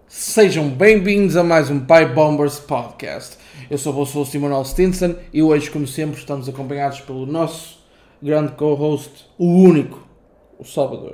Sejam bem-vindos a mais um Pipe Bombers Podcast. Eu sou o vosso host Emanuel Stinson e hoje, como sempre, estamos acompanhados pelo nosso grande co-host, o único, o Salvador.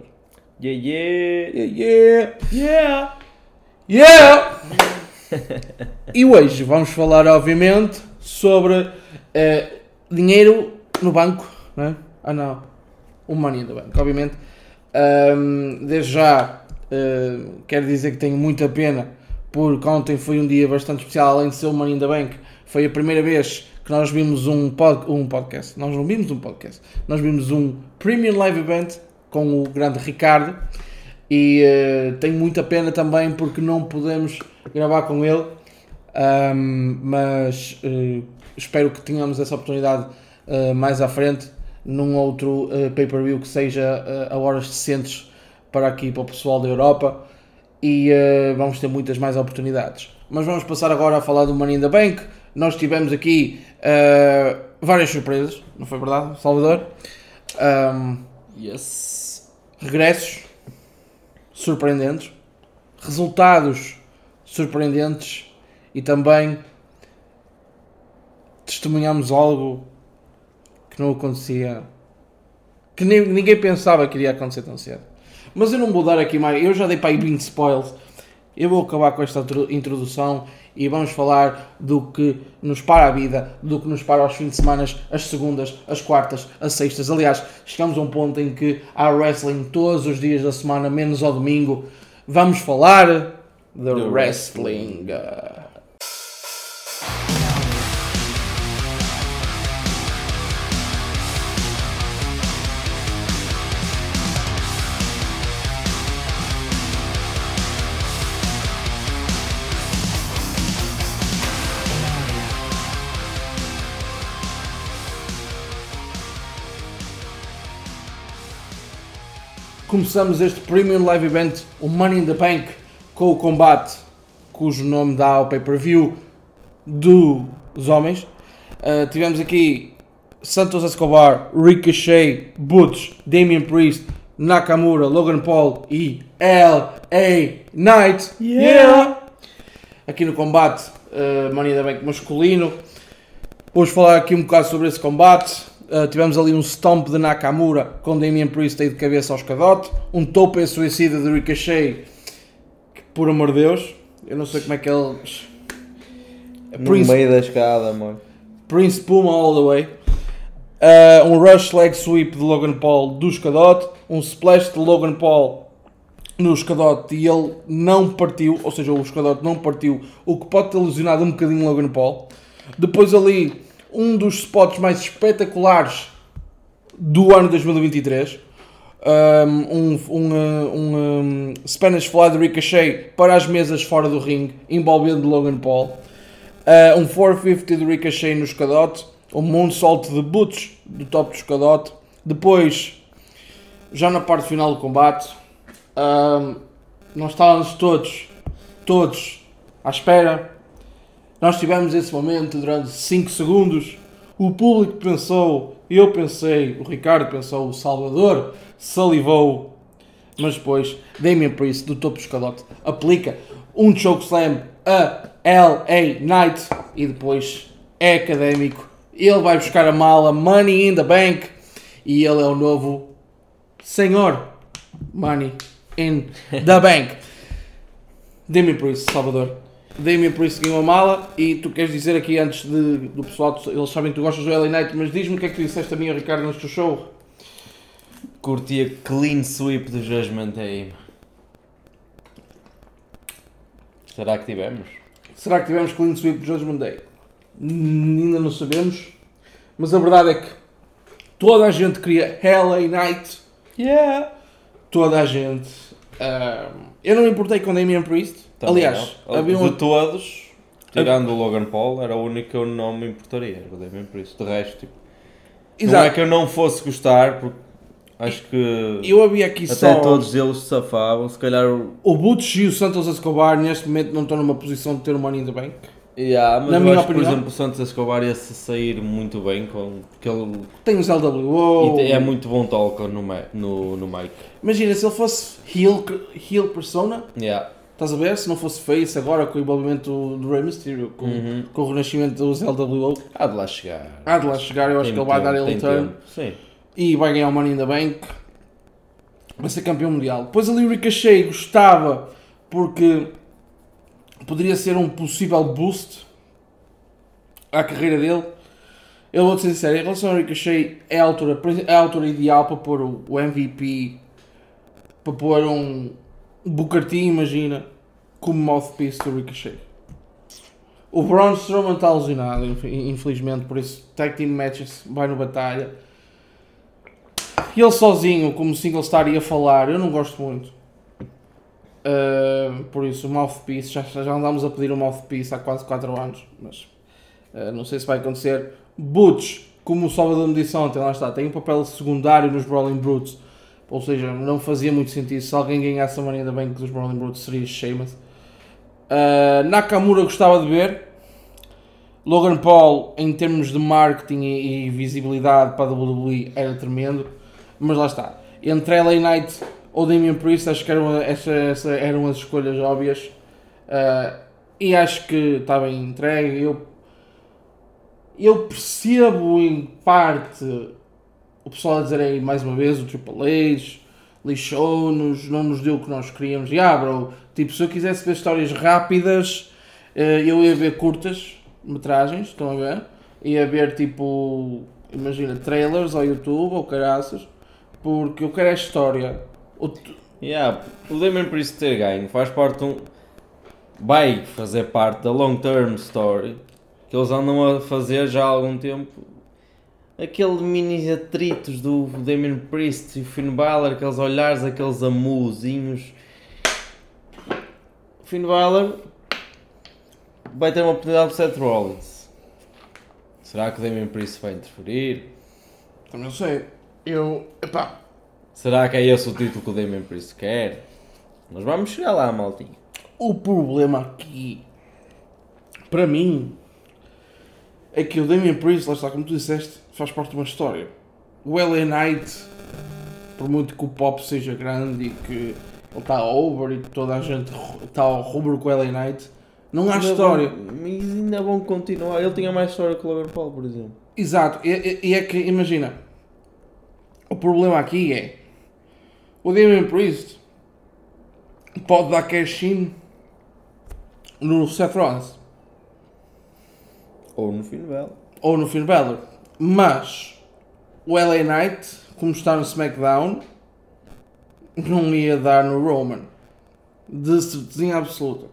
Yeah! E hoje vamos falar, obviamente, sobre dinheiro no banco, não é? O money in the bank, obviamente. Desde já quero dizer que tenho muita pena porque ontem foi um dia bastante especial. Além de ser o Money in the Bank, foi a primeira vez que nós vimos um podcast. Nós não vimos um podcast, nós vimos um Premium Live Event com o grande Ricardo e tenho muita pena também porque não podemos gravar com ele, mas espero que tenhamos essa oportunidade mais à frente num outro pay-per-view que seja a horas decentes para aqui, para o pessoal da Europa, e vamos ter muitas mais oportunidades. Mas vamos passar agora a falar do Money in the Bank. Nós tivemos aqui várias surpresas, não foi verdade, Salvador? Yes. Regressos surpreendentes, resultados surpreendentes e também testemunhamos algo que não acontecia, que ninguém pensava que iria acontecer tão cedo. Mas eu não vou dar aqui mais, eu já dei para aí 20 spoilers. Eu vou acabar com esta introdução e vamos falar do que nos para a vida, do que nos para aos fins de semana, as segundas, as quartas, as sextas. Aliás, chegamos a um ponto em que há wrestling todos os dias da semana, menos ao domingo. Vamos falar de wrestling. Começamos este Premium Live Event, o Money in the Bank, com o combate cujo nome dá ao pay-per-view dos homens. Tivemos aqui Santos Escobar, Ricochet, Butch, Damian Priest, Nakamura, Logan Paul e L.A. Knight. Yeah! Aqui no combate Money in the Bank masculino. Vamos falar aqui um bocado sobre esse combate. Tivemos ali um stomp de Nakamura com Damian Priest aí de cabeça ao escadote, um tope suicida de Ricochet, que, por amor de Deus, eu não sei como é que eles... No meio da escada, mano. Prince Puma all the way. Um rush leg sweep de Logan Paul do escadote, um splash de Logan Paul no escadote e ele não partiu, ou seja, o escadote não partiu, o que pode ter lesionado um bocadinho Logan Paul. Depois ali um dos spots mais espetaculares do ano 2023, Spanish Fly de Ricochet para as mesas fora do ringue, envolvendo Logan Paul, um 450 de Ricochet no escadote, um moonsault de Butch do top do escadote. Depois, já na parte final do combate, nós estávamos todos à espera. Nós tivemos esse momento durante 5 segundos, o público pensou, eu pensei, o Ricardo pensou, o Salvador salivou, mas depois Damian Priest do topo do escadote aplica um chokeslam a L.A. Knight e depois é académico, ele vai buscar a mala Money in the Bank e ele é o novo senhor Money in the Bank. Damian Priest, Salvador. Damian Priest ganhou a mala e tu queres dizer aqui antes do pessoal, eles sabem que tu gostas do LA Knight, mas diz-me o que é que tu disseste a mim, Ricardo, no teu show. Curti a clean sweep do Judgment Day. Será que tivemos? Será que tivemos clean sweep do Judgment Day? Ainda não sabemos, mas a verdade é que toda a gente queria LA Knight. Yeah! Toda a gente. Eu não me importei com Damian Priest. Também aliás, não. havia De todos, tirando o Logan Paul, era o único que eu não me importaria, era o Damian Priest. De resto, tipo, não é que eu não fosse gostar, porque acho que eu havia aqui até só... todos eles se safavam, se calhar... O Butch e o Santos Escobar neste momento não estão numa posição de ter o Money in the Bank. Mas na eu minha acho que, opinião, por exemplo, o Santos Escobar ia-se sair muito bem, porque ele tem os LWO... é muito bom talker no mic. Imagina, se ele fosse heel persona... Yeah. Estás a ver? Se não fosse face agora com o envolvimento do Rey Mysterio, com o renascimento dos LWO. Há de lá chegar. Eu acho que ele vai dar ele turn. Sim. E vai ganhar o Money in the Bank. Vai ser campeão mundial. Depois ali o Ricochet gostava porque poderia ser um possível boost à carreira dele. Eu vou-te ser sincero, em relação ao Ricochet é a altura ideal para pôr o MVP, para pôr um Booker T, imagina, como mouthpiece do Ricochet. O Braun Strowman está alucinado, infelizmente, por isso Tag Team Matches vai no batalha. E ele sozinho, como single star, ia falar, eu não gosto muito. Por isso, o mouthpiece, já andámos a pedir o mouthpiece há quase 4 anos, mas não sei se vai acontecer. Butch, como o Salvador me disse ontem, lá está, tem um papel secundário nos Brawling Brutes, ou seja, não fazia muito sentido. Se alguém ganhasse a Money in the Bank dos Brawling Brutes seria Sheamus. Nakamura gostava de ver. Logan Paul, em termos de marketing e visibilidade para a WWE, era tremendo, mas lá está. Entre LA Knight ou Damian Priest, acho que eram as escolhas óbvias, e acho que está bem entregue. Eu percebo em parte o pessoal a dizer aí mais uma vez, o Triple H lixou-nos, não nos deu o que nós queríamos. Bro, tipo, se eu quisesse ver histórias rápidas, eu ia ver curtas metragens, estão a ver? Ia ver tipo, imagina, trailers ao YouTube ou caraças, porque eu quero a história. O Damian Priest ter ganho faz parte vai fazer parte da long term story que eles andam a fazer já há algum tempo. Aquele mini atritos do Damian Priest e o Finn Balor, aqueles olhares, aqueles amuzinhos. O Finn Balor vai ter uma oportunidade de Seth Rollins. Será que o Damian Priest vai interferir? Também não sei. Será que é esse o título que o Damian Priest quer? Nós vamos chegar lá, maltinho. O problema aqui, para mim, é que o Damian Priest, lá está, como tu disseste, faz parte de uma história. O LA Knight, por muito que o pop seja grande e que ele está over e que toda a gente está ao rubro com o LA Knight, não há história. Mas ainda vão continuar. Ele tinha mais história que o Logan Paul, por exemplo. Exato. E é que, imagina, o problema aqui é o Damian Priest pode dar cash-in no Seth Rollins. Ou no Finn Balor. Mas o LA Knight, como está no SmackDown, não ia dar no Roman. De certeza absoluta.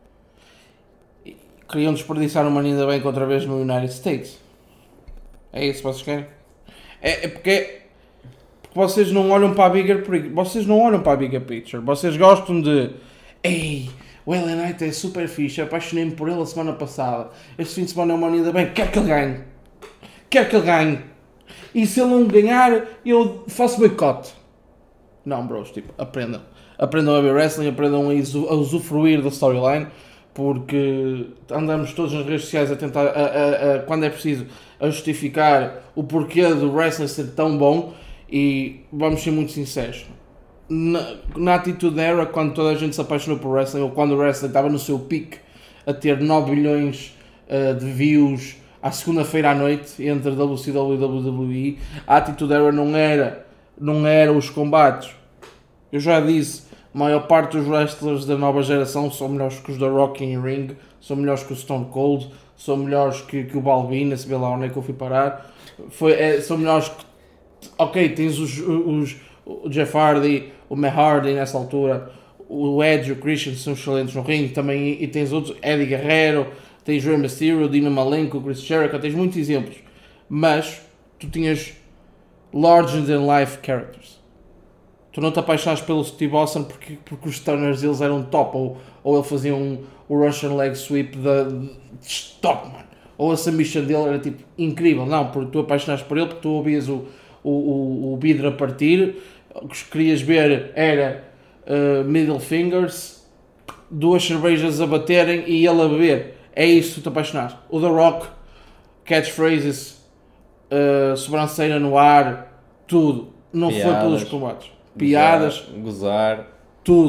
Queriam desperdiçar o Money in the Bank outra vez no United States. É isso que vocês querem? É porque vocês não olham para a bigger picture. Vocês gostam de... Ei, o LA Knight é super fixe, apaixonei-me por ele a semana passada. Este fim de semana é o Money in the Bank, quero que ele ganhe. E se ele não ganhar, eu faço boicote. Não, bros, tipo, aprendam a ver wrestling, aprendam a usufruir da storyline, porque andamos todos nas redes sociais a tentar, quando é preciso, a justificar o porquê do wrestling ser tão bom, e vamos ser muito sinceros. Na Attitude Era, quando toda a gente se apaixonou por wrestling, ou quando o wrestling estava no seu pico, a ter 9 bilhões de views à segunda-feira à noite, entre WCW e WWE, a Attitude Era não era os combates. Eu já disse, a maior parte dos wrestlers da nova geração são melhores que os da Rock in Ring, são melhores que o Stone Cold, são melhores que o Balbina, se vê lá onde é que eu fui parar. São melhores que... Ok, tens o Jeff Hardy, o Matt Hardy nessa altura, o Edge e o Christian são excelentes no ringue também, e tens outros, Eddie Guerrero, tens Rey Mysterio, Dina Malenko, Chris Jericho, tens muitos exemplos, mas tu tinhas larger than life characters. Tu não te apaixonaste pelo Steve Austin porque os stunners deles eram top, ou ele fazia o Russian Leg Sweep de top, mano. Ou a submission dele era tipo incrível. Não, porque tu apaixonaste por ele, porque tu ouvias o vidro a partir, o que querias ver era middle fingers, 2 cervejas a baterem e ele a beber. É isso que tu te apaixonaste. O The Rock, catchphrases, sobrancelha no ar, tudo. Não piadas, foi pelos combates. Piadas, gozar, tudo.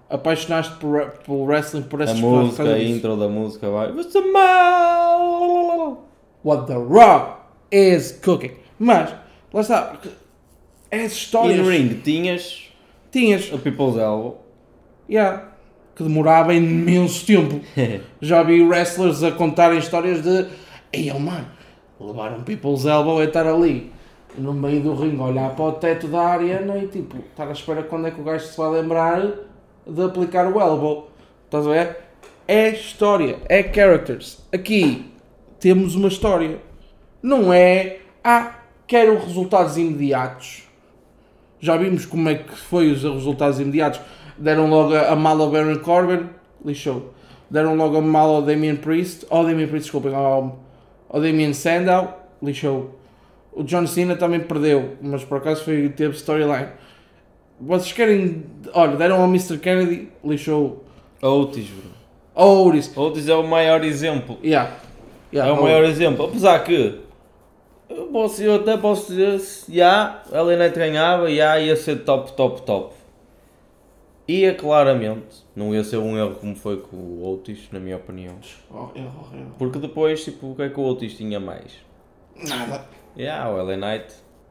apaixonaste por wrestling, por A essas música, a disso. intro da música vai. Você mal! What the Rock is cooking. Mas, lá está. As histórias. In ring tinhas Tinhas. a People's Elbow. Yeah. Que demorava imenso tempo. Já vi wrestlers a contarem histórias de. Ei, mano, levar um People's Elbow é estar ali no meio do ringue, olhar para o teto da arena e tipo, estar à espera quando é que o gajo se vai lembrar de aplicar o elbow. Estás a ver? É história, é characters. Aqui temos uma história. Não é, quero resultados imediatos. Já vimos como é que foi os resultados imediatos. Deram logo a mala ao Baron Corbin, lixou. Deram logo a mala ao Damian Priest, desculpem, ao Damien Sandow, lixou. O John Cena também perdeu, mas por acaso teve storyline. Vocês querem... Olha, deram ao Mr. Kennedy, lixou. Otis, bro. Otis é o maior exemplo. É o maior exemplo. Apesar que eu até posso dizer se a LA Knight ganhava, ia ser top. Ia claramente, não ia ser um erro como foi com o Otis, na minha opinião. Erro. Porque depois, tipo, o que é que o Otis tinha mais? Nada. O LA Knight.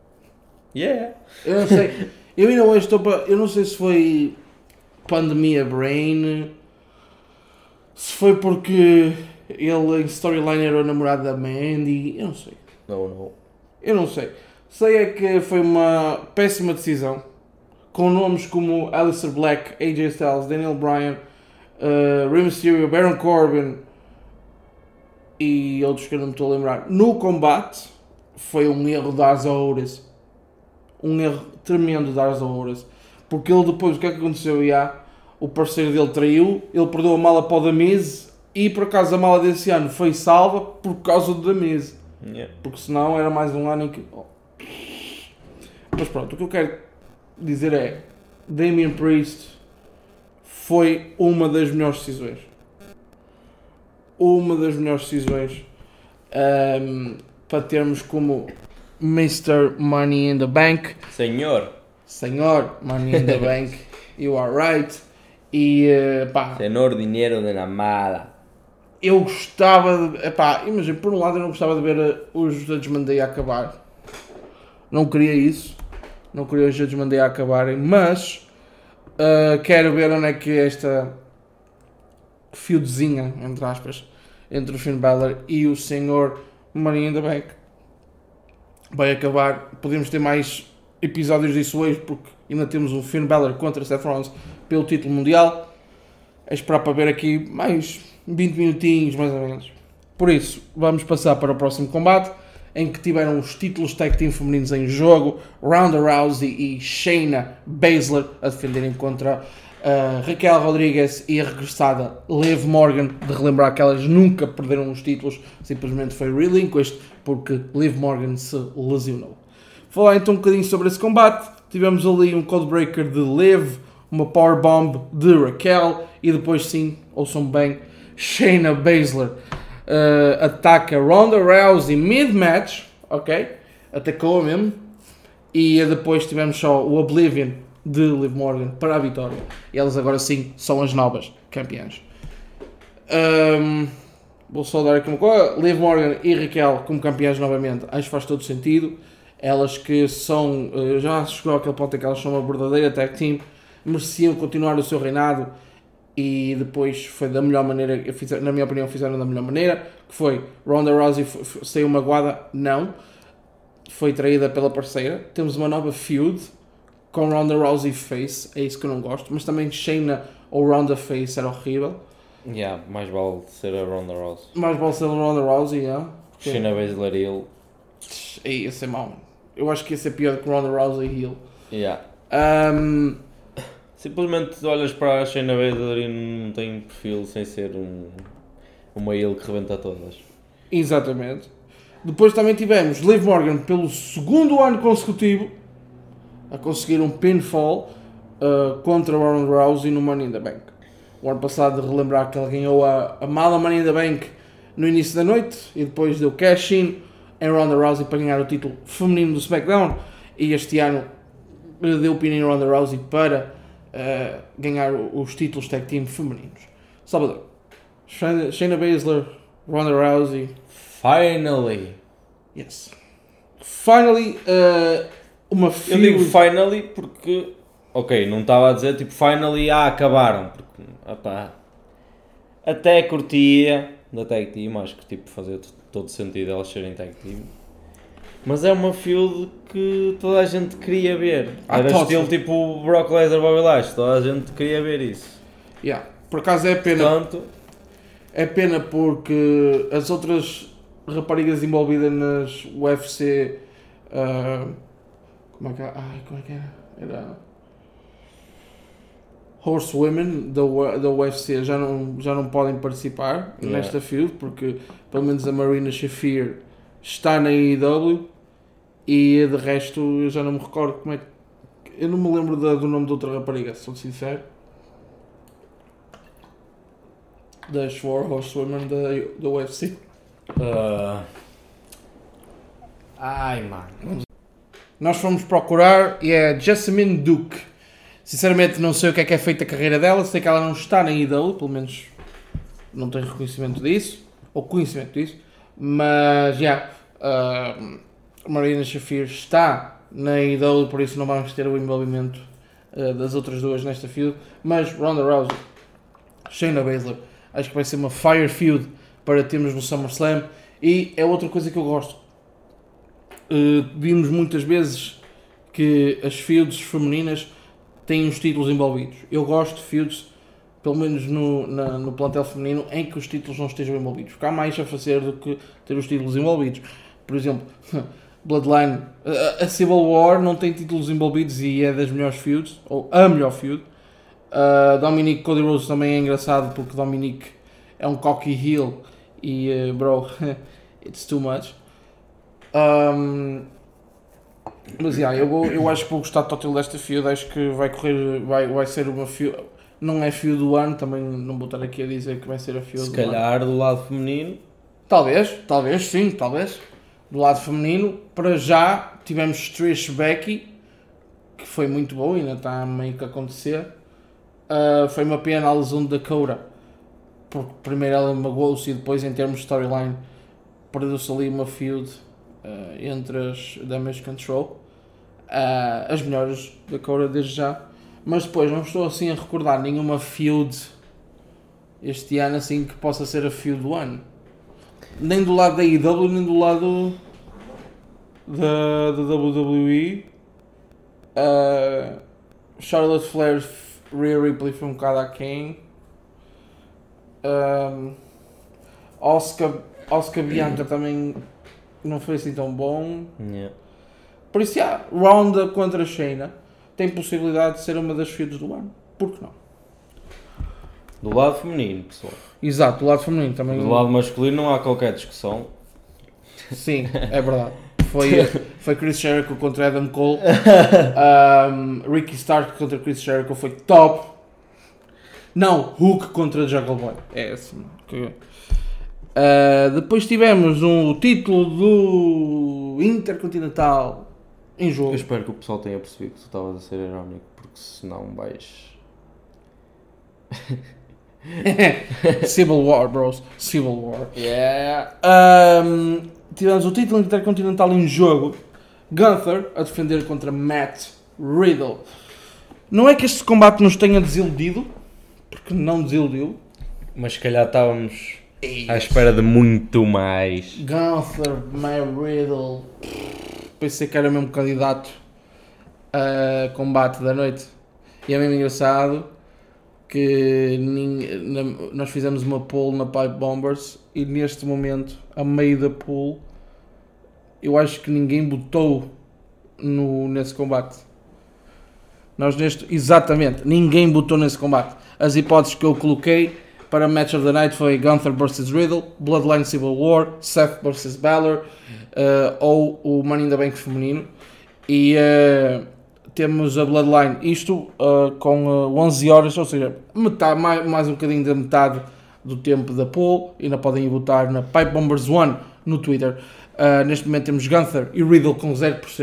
Eu não sei. Eu ainda hoje estou para... Eu não sei se foi pandemia brain, se foi porque ele em storyline era o namorado da Mandy, eu não sei. Não. Eu não sei. Sei é que foi uma péssima decisão, com nomes como Aleister Black, AJ Styles, Daniel Bryan, Rey Mysterio, Baron Corbin e outros que eu não me estou a lembrar. No combate foi um erro da Azores. Um erro tremendo da Azores. Porque ele depois, o que é que aconteceu? O parceiro dele traiu, ele perdeu a mala para o The Miz e por acaso a mala desse ano foi salva por causa do The Miz. Porque senão era mais um ano em que... Mas pronto, o que eu quero dizer é, Damian Priest foi uma das melhores decisões. Para termos como Mr. Money in the Bank. Senhor Money in the Bank. You are right. E Senhor dinheiro de la mala. Eu gostava de... imagina, por um lado eu não gostava de ver os Judgment Day a acabar. Não queria isso. Não queria os Judgment Day a acabarem. Mas quero ver onde é que esta feudzinha, entre aspas, entre o Finn Balor e o Senhor Money in the Bank vai acabar. Podemos ter mais episódios disso hoje, porque ainda temos um Finn Balor contra Seth Rollins pelo título mundial. É esperar para ver aqui mais 20 minutinhos, mais ou menos. Por isso, vamos passar para o próximo combate, em que tiveram os títulos tag team femininos em jogo, Ronda Rousey e Shayna Baszler a defenderem contra Raquel Rodrigues e a regressada Liv Morgan. De relembrar que elas nunca perderam os títulos, simplesmente foi relinquished porque Liv Morgan se lesionou. Falar então um bocadinho sobre esse combate. Tivemos ali um codebreaker de Liv, uma powerbomb de Raquel e depois sim, ouçam bem, Shayna Baszler ataca Ronda Rousey mid-match, ok? Atacou-a mesmo. E depois tivemos só o Oblivion de Liv Morgan para a vitória. E elas agora sim são as novas campeãs. Vou só dar aqui uma coisa. Liv Morgan e Raquel como campeãs novamente, acho que faz todo sentido. Elas que são, já chegou àquele ponto em que elas são uma verdadeira tag team, mereciam continuar o seu reinado e depois foi da melhor maneira, na minha opinião fizeram da melhor maneira, que foi Ronda Rousey saiu magoada? Não. Foi traída pela parceira. Temos uma nova feud com Ronda Rousey face, é isso que eu não gosto, mas também Shayna ou Ronda face era horrível. Mais vale ser a Ronda Rousey. Mais vale ser a Ronda Rousey, Shayna Baszler heel. Ia ser mau. Eu acho que ia ser pior que Ronda Rousey heel. Simplesmente olhas para a Shayna Baszler e não tem perfil sem ser uma heel que rebenta todas. Exatamente. Depois também tivemos Liv Morgan pelo segundo ano consecutivo a conseguir um pinfall contra Ronda Rousey no Money in the Bank. O ano passado, de relembrar que ela ganhou a mala Money in the Bank no início da noite e depois deu cash-in em Ronda Rousey para ganhar o título feminino do SmackDown, e este ano deu pin em Ronda Rousey para ganhar os títulos tag team femininos. Salvador, Shayna Baszler, Ronda Rousey. Finally! Yes. Finally, uma feud. Eu digo finally porque, ok, não estava a dizer tipo finally, acabaram. Porque, até curtia da tag team, acho que tipo fazia todo sentido elas serem tag team. Mas é uma feud que toda a gente queria ver. Era estilo tipo Brock Lesnar, Bobby Lashley, toda a gente queria ver isso. Yeah. Por acaso é pena. Portanto, é pena porque as outras raparigas envolvidas nas UFC. Como é que era? Era. Horsewomen da UFC já não podem participar nesta feud porque pelo menos a Marina Shafir está na AEW e de resto eu já não me recordo como é que. Eu não me lembro do nome de outra rapariga, sou sincero. Das Four Horsewomen da UFC. Ai, mano. Nós fomos procurar e é Jessamine Duke. Sinceramente não sei o que é feita a carreira dela, sei que ela não está na IW, pelo menos não tenho reconhecimento disso, ou conhecimento disso, mas já, Marina Shafir está na IW, por isso não vamos ter o envolvimento das outras duas nesta feud, mas Ronda Rousey, Shayna Baszler, acho que vai ser uma fire feud para termos no SummerSlam e é outra coisa que eu gosto. Vimos muitas vezes que as feuds femininas têm os títulos envolvidos. Eu gosto de feuds, pelo menos no plantel feminino, em que os títulos não estejam envolvidos. Porque há mais a fazer do que ter os títulos envolvidos. Por exemplo, Bloodline, a Civil War não tem títulos envolvidos e é das melhores feuds, ou a melhor feud. Dominic Cody Rhodes também é engraçado porque Dominic é um cocky heel e bro, it's too much. Mas eu acho que vou gostar total desta feud, acho que vai ser uma feud, não é feud do ano, também não vou estar aqui a dizer que vai ser a feud se do calhar ano. Do lado feminino. Talvez, sim. Do lado feminino, para já tivemos Trish Becky, que foi muito bom, ainda está meio que a acontecer. Foi uma pena a lesão de Dakota, porque primeiro ela magoou-se e depois em termos de storyline perdeu-se ali uma feud entre as Damage Control, as melhores da Dakota desde já, mas depois não estou assim a recordar nenhuma feud este ano assim que possa ser a feud do ano, nem do lado da AEW nem do lado da WWE. Charlotte Flair, Rhea Ripley foi um bocado aquém. Asuka Bianca também não foi assim tão bom. Yeah. Por isso, Ronda contra Shayna tem possibilidade de ser uma das feuds do ano. Por que não? Do lado feminino, pessoal. Exato, do lado feminino também. Do lado masculino não há qualquer discussão. Sim, é verdade. Foi Chris Jericho contra Adam Cole. Ricky Stark contra Chris Jericho foi top. Não, Hook contra Jungle Boy. É assim. Depois tivemos o título do Intercontinental em jogo. Eu espero que o pessoal tenha percebido que tu estavas a ser irónico, porque senão vais... Civil War, bros. Civil War. Yeah. Tivemos o título Intercontinental em jogo. Gunther a defender contra Matt Riddle. Não é que este combate nos tenha desiludido, porque não desiludiu. Mas se calhar estávamos à espera de muito mais. Gunther, Matt Riddle. Pensei que era mesmo candidato a combate da noite. E é mesmo engraçado que nós fizemos uma poll na Pipe Bombers e neste momento, a meio da poll, eu acho que ninguém botou nesse combate. Exatamente, ninguém botou nesse combate. As hipóteses que eu coloquei para Match of the Night foi Gunther vs Riddle, Bloodline Civil War, Seth vs Balor ou o Money in the Bank feminino. E temos a Bloodline, isto com 11 horas, ou seja, metade, mais um bocadinho da metade do tempo da poll. Ainda podem ir votar na Pipe Bombers 1 no Twitter. Neste momento temos Gunther e Riddle com 0%.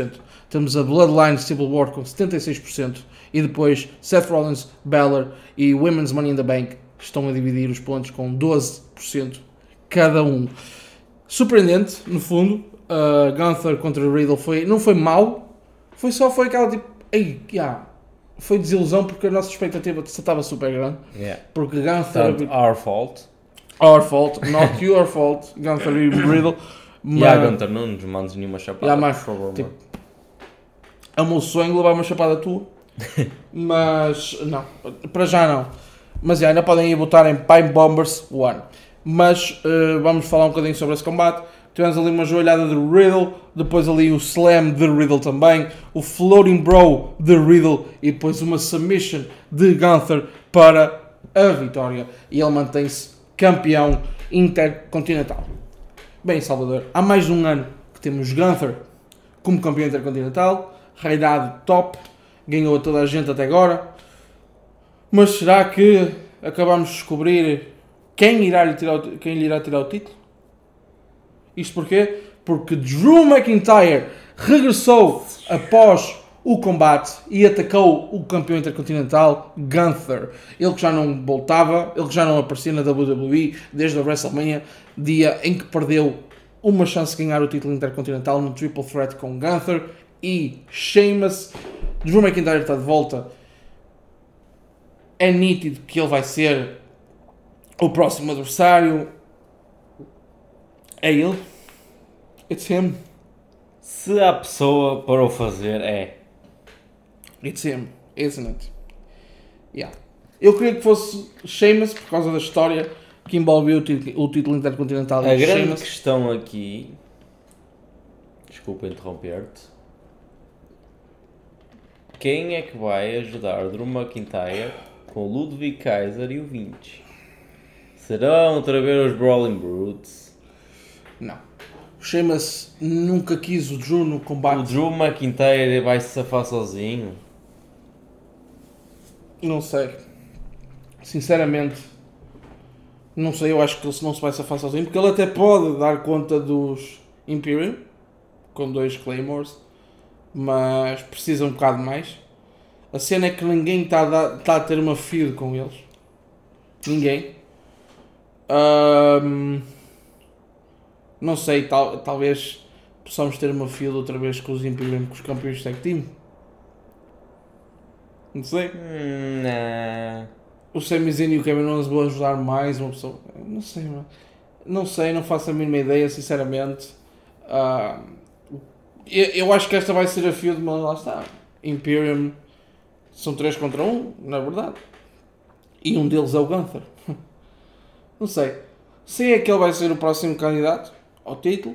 Temos a Bloodline Civil War com 76%. E depois Seth Rollins, Balor e Women's Money in the Bank estão a dividir os pontos com 12% cada um. Surpreendente, no fundo. Gunther contra Riddle não foi mau. Foi aquela tipo... foi desilusão porque a nossa expectativa estava super grande. Porque Gunther... Our fault. Our fault, not your fault. Gunther e Riddle. Gunther, não nos mandes nenhuma chapada, por favor. Tipo, é o meu sonho levar uma chapada tua. Mas não, para já não. Mas ainda podem ir botar em Pine Bombers 1. Mas vamos falar um bocadinho sobre esse combate. Tivemos ali uma joelhada de Riddle, depois ali o Slam de Riddle também, o Floating Bro de Riddle e depois uma Submission de Gunther para a vitória. E ele mantém-se campeão intercontinental. Bem, Salvador, há mais de um ano que temos Gunther como campeão intercontinental, reinado top, ganhou a toda a gente até agora. Mas será que acabamos de descobrir quem lhe irá tirar o título? Isto porquê? Porque Drew McIntyre regressou após o combate e atacou o campeão intercontinental Gunther. Ele que já não voltava, ele que já não aparecia na WWE desde a WrestleMania, dia em que perdeu uma chance de ganhar o título intercontinental no Triple Threat com Gunther e Sheamus. Drew McIntyre está de volta. É nítido que ele vai ser o próximo adversário. É ele. It's him. Se há pessoa para o fazer, é. It's him, isn't it? Yeah. Eu queria que fosse Sheamus por causa da história que envolveu o título intercontinental. A grande questão aqui, desculpa interromper-te, quem é que vai ajudar Drew McIntyre com o Ludwig Kaiser e o Vinci? Serão outra vez os Brawling Brutes? Não. O Sheamus nunca quis o Drew no combate. O Drew McIntyre vai se safar sozinho? Não sei. Sinceramente, não sei. Eu acho que ele não se vai safar sozinho, porque ele até pode dar conta dos Imperium com 2 Claymores, mas precisa um bocado mais. A cena é que ninguém está a ter uma feud com eles. Ninguém. Não sei, talvez possamos ter uma feud outra vez com os Imperium, com os campeões de tag team. Não sei. Não. O Sami Zayn e o Kevin Owens vão ajudar mais uma pessoa. Não sei, mano. Não sei, não faço a mínima ideia, sinceramente. Eu acho que esta vai ser a feud, mas lá está. Imperium são 3 contra 1, na verdade. E um deles é o Gunther. Não sei. Sei é que ele vai ser o próximo candidato ao título.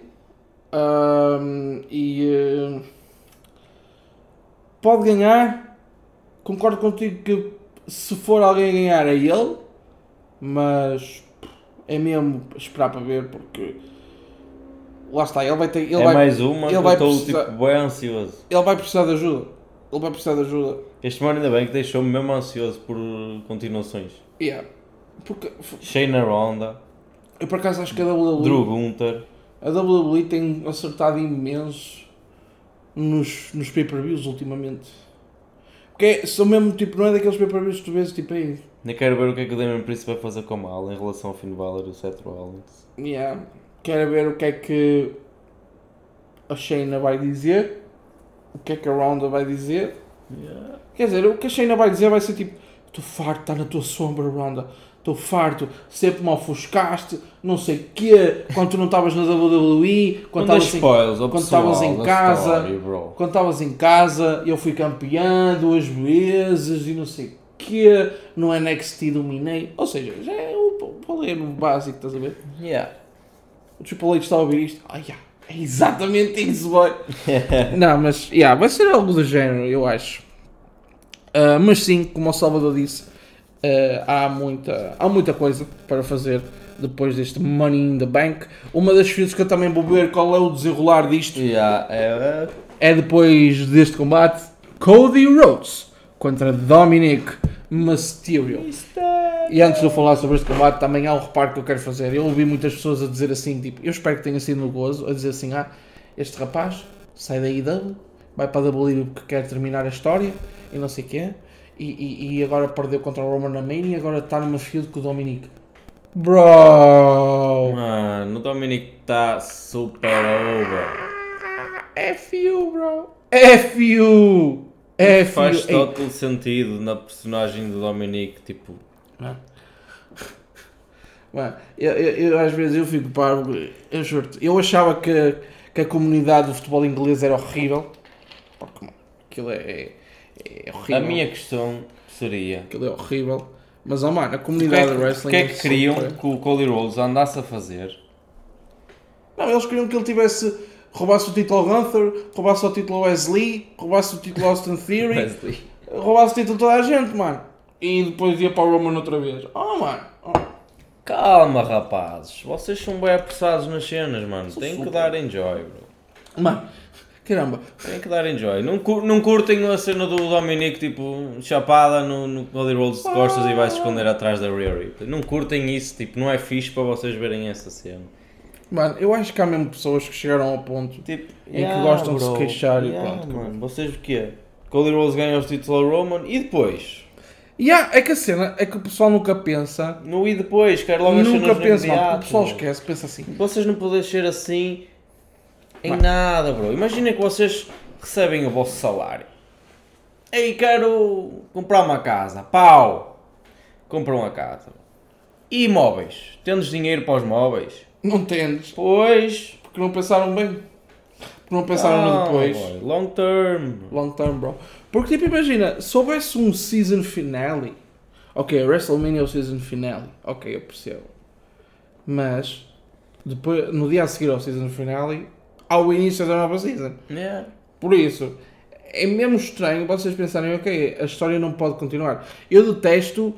Pode ganhar. Concordo contigo que se for alguém a ganhar é ele. Mas é mesmo esperar para ver, porque lá está, ele vai ter... mais uma que eu estou tipo bem ansioso. Ele vai precisar de ajuda. Este Money in the Bank deixou-me mesmo ansioso por continuações. Yeah. Porque Shayna Ronda, eu por acaso acho que a WWE... Drew Gunther. A WWE tem acertado imenso nos pay-per-views ultimamente. Porque são mesmo, tipo, não é daqueles pay-per-views que tu vês, tipo, aí... Nem quero ver o que é que o Damian Priest vai fazer com a Mal em relação ao Finn Balor e o Seth Rollins. Yeah. Quero ver o que é que a Shayna vai dizer, o que é que a Ronda vai dizer. Yeah. Quer dizer, o que a Shayna vai dizer vai ser tipo: estou farto de estar na tua sombra, Ronda. Estou farto, sempre me ofuscaste, não sei o quê, quando tu não estavas na WWE, quando estavas em casa, quando estavas em casa, eu fui campeão 2 vezes e não sei o quê, no NXT dominei. Ou seja, já é o valor básico, estás a ver? Yeah. O Triple H está a ouvir isto. É exatamente isso, boy. Não, mas vai ser algo do género, eu acho. Mas sim, como o Salvador disse, há muita coisa para fazer depois deste Money in the Bank. Uma das feuds que eu também vou ver qual é o desenrolar disto é depois deste combate: Cody Rhodes contra Dominic Mysterio. E antes de eu falar sobre este combate, também há um reparo que eu quero fazer. Eu ouvi muitas pessoas a dizer assim, tipo, eu espero que tenha sido no gozo, a dizer assim: este rapaz sai da IW, vai para a WWE porque quer terminar a história e não sei o quê. E agora perdeu contra o Roman na Mania e agora está numa feud com o Dominic. Bro! Mano, o Dominic está super over. F.U. bro! F.U. Faz todo sentido na personagem do Dominic, tipo... Mano, eu às vezes eu fico parvo, eu juro-te, eu achava que a comunidade do futebol inglês era horrível, porque mano, aquilo é horrível. A minha questão seria... Aquilo é horrível, mas oh mano, a comunidade do wrestling... O que é que queriam que o Cody Rhodes andasse a fazer? Não, eles queriam que ele roubasse o título ao Gunther, roubasse o título ao Wesley, roubasse o título ao Austin Theory, roubasse o título a toda a gente, mano. E depois ia para o Roman outra vez. Oh mano, Calma, rapazes. Vocês são bem apressados nas cenas, mano. Têm que dar enjoy, bro. Mano, caramba. Têm que dar enjoy. Não curtem a cena do Dominic, tipo, chapada no Cody Rhodes de costas e vai se esconder atrás da Rhea Ripley. Não curtem isso, tipo, não é fixe para vocês verem essa cena. Mano, eu acho que há mesmo pessoas que chegaram ao ponto tipo, em que gostam de se queixar e pronto. Mano, vocês o quê? Cody Rhodes ganha os títulos ao Roman e depois? É que a cena é que o pessoal nunca pensa. No e depois, quero logo as nunca cenas pensa, mano, imediato, o pessoal mano. esquece, pensa assim. Vocês não podem ser assim em Mano. nada, bro. Imagina que vocês recebem o vosso salário. Ei, quero comprar uma casa. Pau! Compram uma casa. E móveis? Tendes dinheiro para os móveis? Não tendes. Pois. Porque não pensaram bem. Porque não pensaram no depois. Boy. Long term. Long term, bro. Porque tipo, imagina, se houvesse um season finale. Ok, WrestleMania é o season finale. Ok, eu percebo. Mas, depois, no dia a seguir ao season finale, há o início da nova season. Yeah. Por isso, é mesmo estranho vocês pensarem, ok, a história não pode continuar. Eu detesto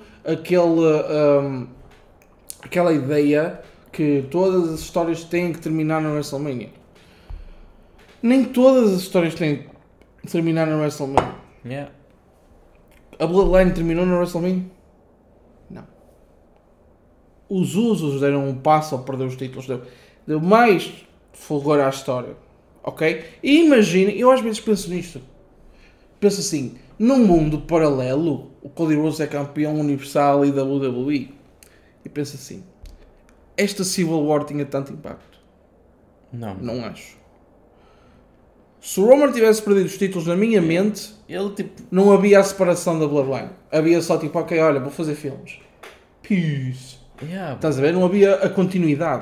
aquela ideia que todas as histórias têm que terminar na WrestleMania. Nem todas as histórias têm que terminar na WrestleMania. Yeah. A Bloodline terminou na WrestleMania? Não. Os Usos deram um passo ao perder os títulos. Deu mais fulgor à história. Ok? E imagina, eu às vezes penso nisto. Penso assim, num mundo paralelo, o Cody Rhodes é campeão universal e WWE. E penso assim, esta Civil War tinha tanto impacto? Não acho. Se o Roman tivesse perdido os títulos na minha mente, Ele tipo... não havia a separação da Bloodline. Havia só tipo, ok, olha, vou fazer filmes. Peace. Yeah, Estás a ver? Não havia a continuidade.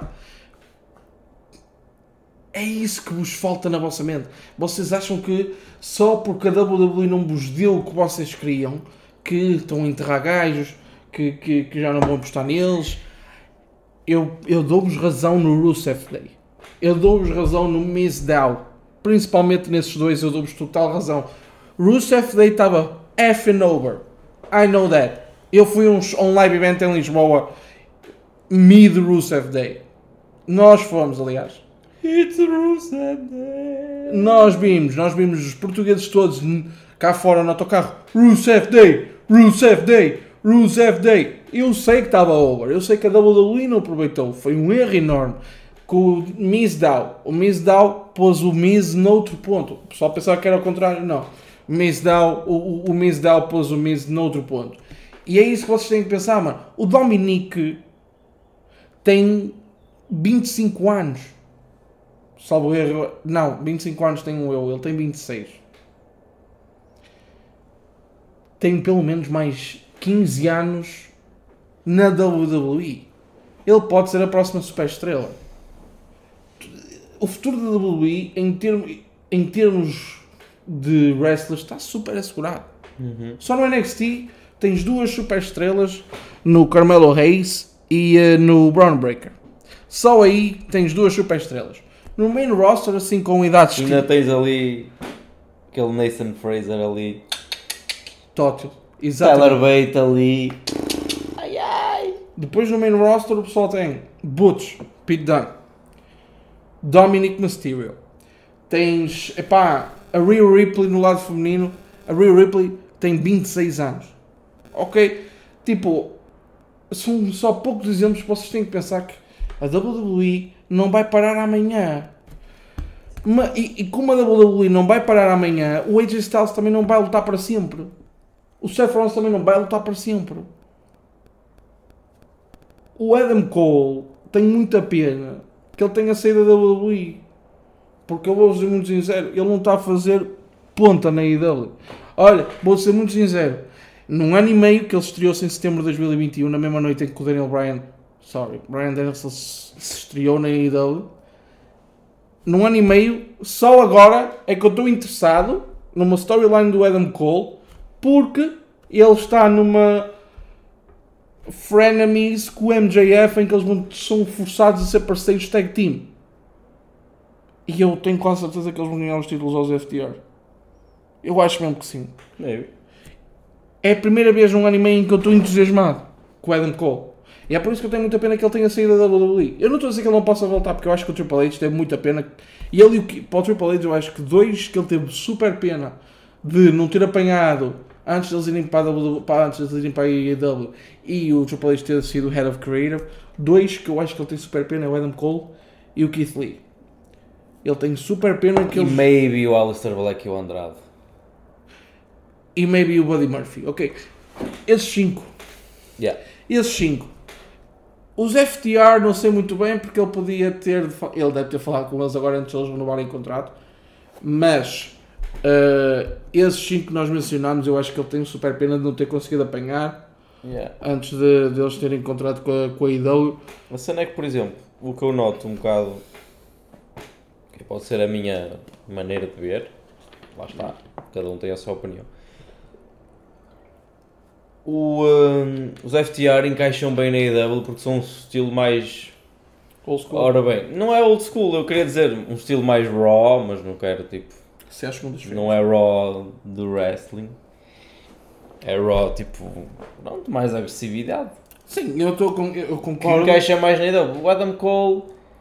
É isso que vos falta na vossa mente. Vocês acham que só porque a WWE não vos deu o que vocês queriam, que estão a enterrar gajos, que já não vão apostar neles. Eu dou-vos razão no Rusev Day. Eu dou-vos razão no Miz Dow. Principalmente nesses dois eu dou-vos total razão. Rusev Day estava effing over. I know that. Eu fui a um live event em Lisboa mid Rusev Day. Nós fomos, aliás. It's Rusev Day. Nós vimos os portugueses todos cá fora no autocarro. Rusev Day, Rusev Day, Rusev Day. Eu sei que estava over. Eu sei que a WWE não aproveitou. Foi um erro enorme. Com o Miz Dow. O Miz Dow pôs o Miz noutro ponto. O pessoal pensava que era o contrário. Não. O Miz Dow pôs o Miz noutro ponto. E é isso que vocês têm que pensar, mano. O Dominic tem 25 anos. Salvo erro. Não, 25 anos tenho eu. Ele tem 26. Tem pelo menos mais 15 anos na WWE. Ele pode ser a próxima superestrela. O futuro da WWE em termos de wrestlers está super assegurado. Só no NXT tens duas superestrelas, no Carmelo Hayes e no Braun Breaker. Só aí tens duas superestrelas. No main roster, assim com idades... Ainda tens ali aquele Nathan Fraser ali. Tótil. Exatamente. Tyler Bate ali. Depois no main roster o pessoal tem Butch, Pete Dunne, Dominic Mysterio. Tens, a Rhea Ripley no lado feminino. A Rhea Ripley tem 26 anos. Ok? Tipo, são só poucos exemplos que vocês têm que pensar que a WWE não vai parar amanhã. E como a WWE não vai parar amanhã, o AJ Styles também não vai lutar para sempre. O Seth Rollins também não vai lutar para sempre. O Adam Cole tem muita pena que ele tenha saído da WWE. Porque eu vou ser muito sincero, ele não está a fazer ponta na AEW. Olha, vou ser muito sincero, num ano e meio que ele estreou-se em setembro de 2021, na mesma noite em que o Brian Danielson se estreou na AEW, num ano e meio, só agora é que eu estou interessado numa storyline do Adam Cole, porque ele está numa frenemies com o MJF em que eles são forçados a ser parceiros tag team. E eu tenho quase certeza que eles vão ganhar os títulos aos FTR. Eu acho mesmo que sim. Maybe. É a primeira vez num ano e meio em que eu estou entusiasmado com o Adam Cole. E é por isso que eu tenho muita pena que ele tenha saído da WWE. Eu não estou a dizer que ele não possa voltar, porque eu acho que o Triple H teve muita pena. E ele, para o Triple H, eu acho que dois que ele teve super pena de não ter apanhado antes de eles irem para a AEW e o Triple H ter sido o Head of Creative. Dois que eu acho que ele tem super pena é o Adam Cole e o Keith Lee. Ele tem super pena que eles... maybe o Aleister Black e o Andrade. E maybe o Buddy Murphy. Ok. Esses 5. Yeah. Esses 5. Os FTR não sei muito bem porque ele podia ter... Ele deve ter falado com eles agora antes de eles renovarem o contrato. Mas... esses 5 que nós mencionámos, eu acho que ele tem super pena de não ter conseguido apanhar. Yeah. Antes de eles terem contrato com a IW. A cena é que, por exemplo, o que eu noto um bocado, que pode ser a minha maneira de ver, lá está, cada um tem a sua opinião. Os FTR encaixam bem na AEW porque são um estilo mais... Old school. Ora bem, não é old school, eu queria dizer um estilo mais raw, mas não quero tipo... Se acho uma das não é raw do wrestling. É raw, tipo, pronto, mais agressividade. Sim, eu Que concordo. encaixa mais na AEW. O Adam Cole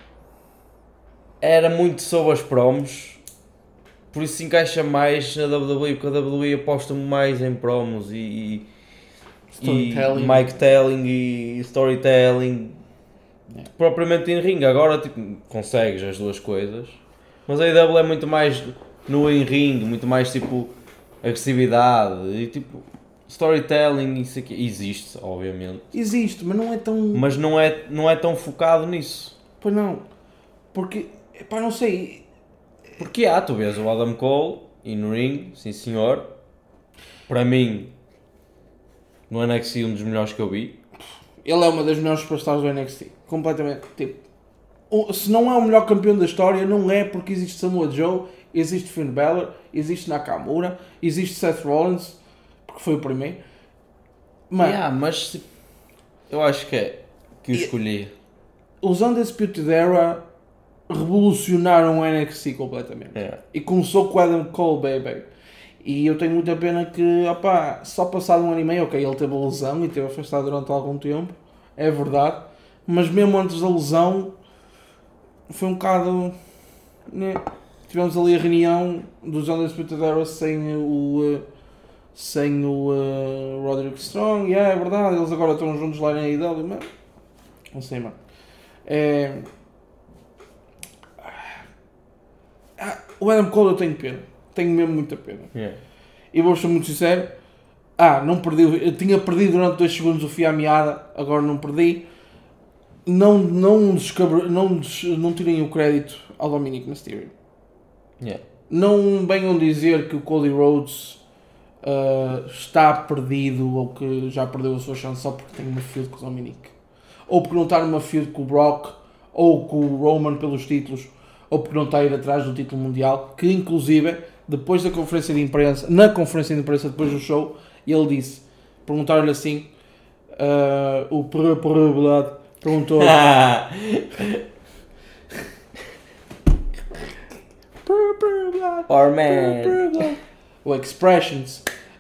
era muito sobre as promos, por isso se encaixa mais na WWE, porque a WWE aposta mais em promos e mic telling e storytelling, propriamente em ring. Agora tipo, consegues as duas coisas, mas a AEW é muito mais no in-ring, muito mais tipo agressividade e tipo storytelling, isso aqui existe, obviamente. Existe, mas não é tão... Mas não é tão focado nisso. Pois não. Porque, pá, não sei... Porque tu vês o Adam Cole in ring, sim senhor. Para mim, no NXT um dos melhores que eu vi. Ele é uma das melhores superstars do NXT. Completamente. Tipo, se não é o melhor campeão da história, não é porque existe Samoa Joe, existe Finn Balor, existe Nakamura, existe Seth Rollins, porque foi o primeiro. Mas eu acho que o escolhi. Os Undisputed Era revolucionaram o NXT completamente. E começou com o Adam Cole, baby. E eu tenho muita pena que, só passado um ano e meio, ok, ele teve a lesão e esteve afastado durante algum tempo, é verdade, mas mesmo antes da lesão, foi um bocado, né? Tivemos ali a reunião dos Undisputed Era sem o Roderick Strong, é verdade, eles agora estão juntos lá na AEW, mas não sei, mano. O Adam Cole eu tenho pena. Tenho mesmo muita pena. E vou ser muito sincero. Não perdi. Eu tinha perdido durante 2 segundos o fio à meada. Agora não perdi. Não tirem o crédito ao Dominic Mysterio. Não venham dizer que o Cody Rhodes está perdido ou que já perdeu a sua chance só porque tem uma feud com o Dominic. Ou porque não está numa feud com o Brock ou com o Roman pelos títulos. Ou porque não está a ir atrás do título mundial, que inclusive, depois da conferência de imprensa, na conferência de imprensa depois do show, ele disse, perguntaram-lhe assim, o Blood perguntou o Expressions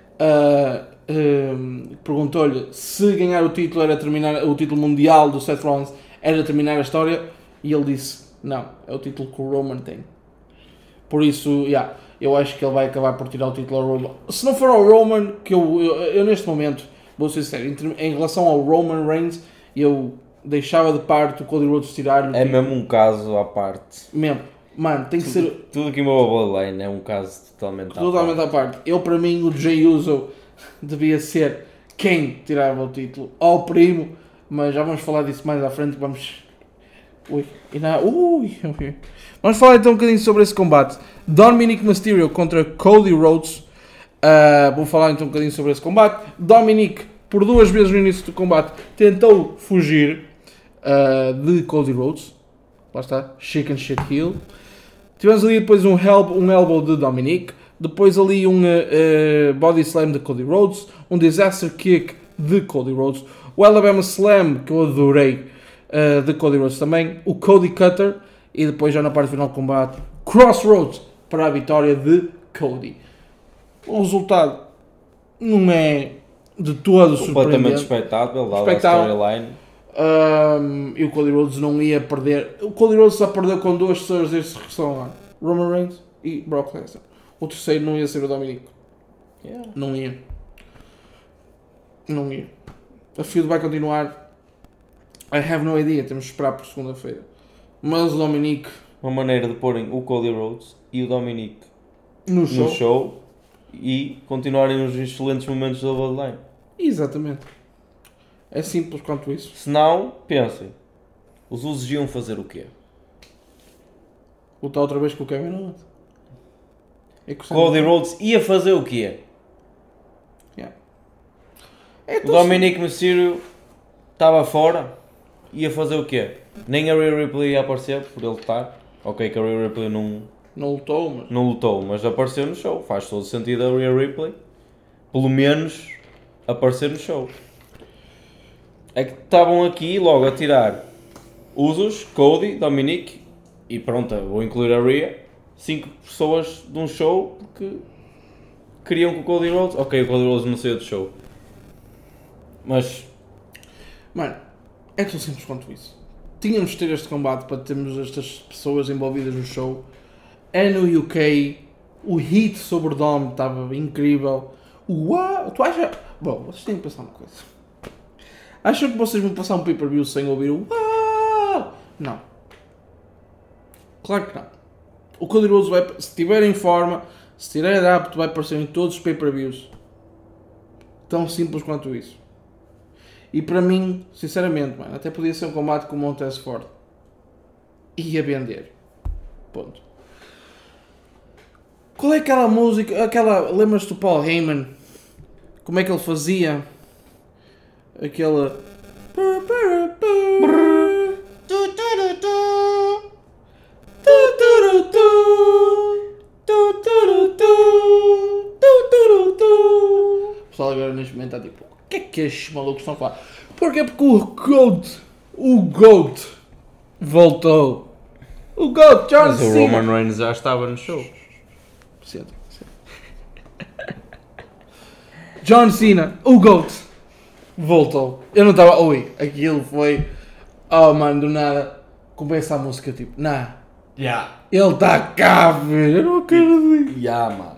perguntou-lhe se ganhar o título era terminar o título mundial do Seth Rollins era terminar a história, e ele disse não, é o título que o Roman tem. Por isso, eu acho que ele vai acabar por tirar o título ao Roman. Se não for ao Roman, que eu neste momento, vou ser sincero, em relação ao Roman Reigns, eu deixava de parte o Cody Rhodes tirar-lhe. É mesmo um caso à parte. Mesmo. Mano, tem que ser Tudo que envolve a Bloodline é um caso totalmente à parte. Eu, para mim, o Jey Uso devia ser quem tirava o título ao primo, mas já vamos falar disso mais à frente. Vamos Vamos falar então um bocadinho sobre esse combate. Dominic Mysterio contra Cody Rhodes. Vou falar então um bocadinho sobre esse combate. Dominic, por 2 vezes no início do combate, tentou fugir de Cody Rhodes. Lá está, chicken shit heel. Tivemos ali depois um elbow de Dominic. Depois ali um body slam de Cody Rhodes. Um disaster kick de Cody Rhodes. O Alabama Slam, que eu adorei, de Cody Rhodes também. O Cody Cutter. E depois já na parte final do combate, Crossroads para a vitória de Cody. O resultado não é de todo completamente surpreendente. expectável, dada a storyline. E o Cody Rhodes não ia perder. O Cody Rhodes só perdeu com 2 pessoas desde que estão lá: Roman Reigns e Brock Lesnar. O terceiro não ia ser o Dominic. Yeah. Não ia. A feud vai continuar. I have no idea. Temos de esperar por segunda-feira. Mas o Dominic... Uma maneira de porem o Cody Rhodes e o Dominic no show e continuarem nos excelentes momentos da Bloodline. Exatamente. É simples quanto isso. Se não, pensem. Os Usos iam fazer o quê? Lutar outra vez com o Kevin Owens. Cody Rhodes ia fazer o quê? Yeah. O Dominic Mysterio estava fora. Ia fazer o quê? Nem a Rhea Ripley ia aparecer por ele estar. Ok, que a Rhea Ripley não lutou, mas apareceu no show. Faz todo sentido a Rhea Ripley, pelo menos, aparecer no show. É que estavam aqui logo a tirar Usos, Cody, Dominic e pronto, vou incluir a Rhea. 5 pessoas de um show porque queriam que o Cody Rhodes... Ok, o Cody Rhodes não saiu do show. Mas... Mano, é tão simples quanto isso. Tínhamos de ter este combate para termos estas pessoas envolvidas no show. É no UK. O hit sobre o Dom estava incrível. Uau! Tu achas... Bom, vocês têm que pensar uma coisa. Acham que vocês vão passar um pay-per-view sem ouvir o uau? Não. Claro que não. O Cody Rhodes vai... Se estiver em forma, se estiver apto, vai aparecer em todos os pay-per-views. Tão simples quanto isso. E para mim, sinceramente, mano, até podia ser um combate com o Montez Ford. Ia vender. Ponto. Qual é aquela música? Lembras-te do Paul Heyman? Como é que ele fazia? Aquela... O pessoal agora neste momento está tipo... O que é estes malucos estão a falar? Porquê? Porque o GOAT voltou. O GOAT, John Cena. Mas o Roman Reigns já estava no show. Senta. John Cena, o GOAT, voltou. Eu não estava... Oi, aquilo foi... Oh, mano, do nada. Começa a música tipo... Nah. Yeah. Ele está cá, velho. Eu não acredito. Yeah, mano.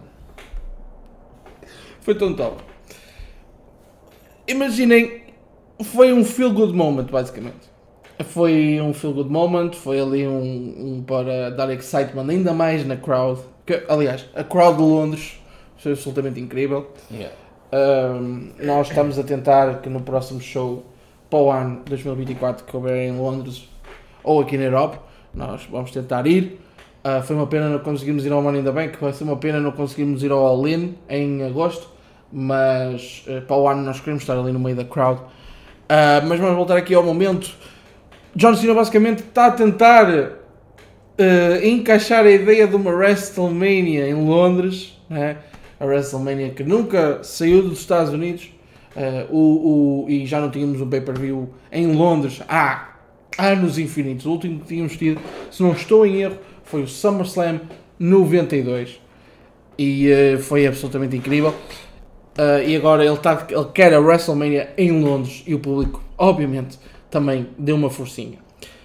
Foi tão top. Imaginem, foi um feel good moment, basicamente. Foi um feel good moment, foi ali um para dar excitement ainda mais na crowd. Que, aliás, a crowd de Londres foi absolutamente incrível. Yeah. Nós estamos a tentar que no próximo show, para o ano 2024, que houver em Londres ou aqui na Europa, nós vamos tentar ir. Foi uma pena não conseguirmos ir ao Money in the Bank, vai ser uma pena não conseguirmos ir ao All In em agosto. Mas para o ano nós queremos estar ali no meio da crowd. Mas vamos voltar aqui ao momento. John Cena basicamente está a tentar encaixar a ideia de uma WrestleMania em Londres, né? A WrestleMania que nunca saiu dos Estados Unidos, e já não tínhamos um pay-per-view em Londres há anos infinitos. O último que tínhamos tido, se não estou em erro, foi o SummerSlam 92 e foi absolutamente incrível. E agora ele quer a WrestleMania em Londres e o público, obviamente, também deu uma forcinha.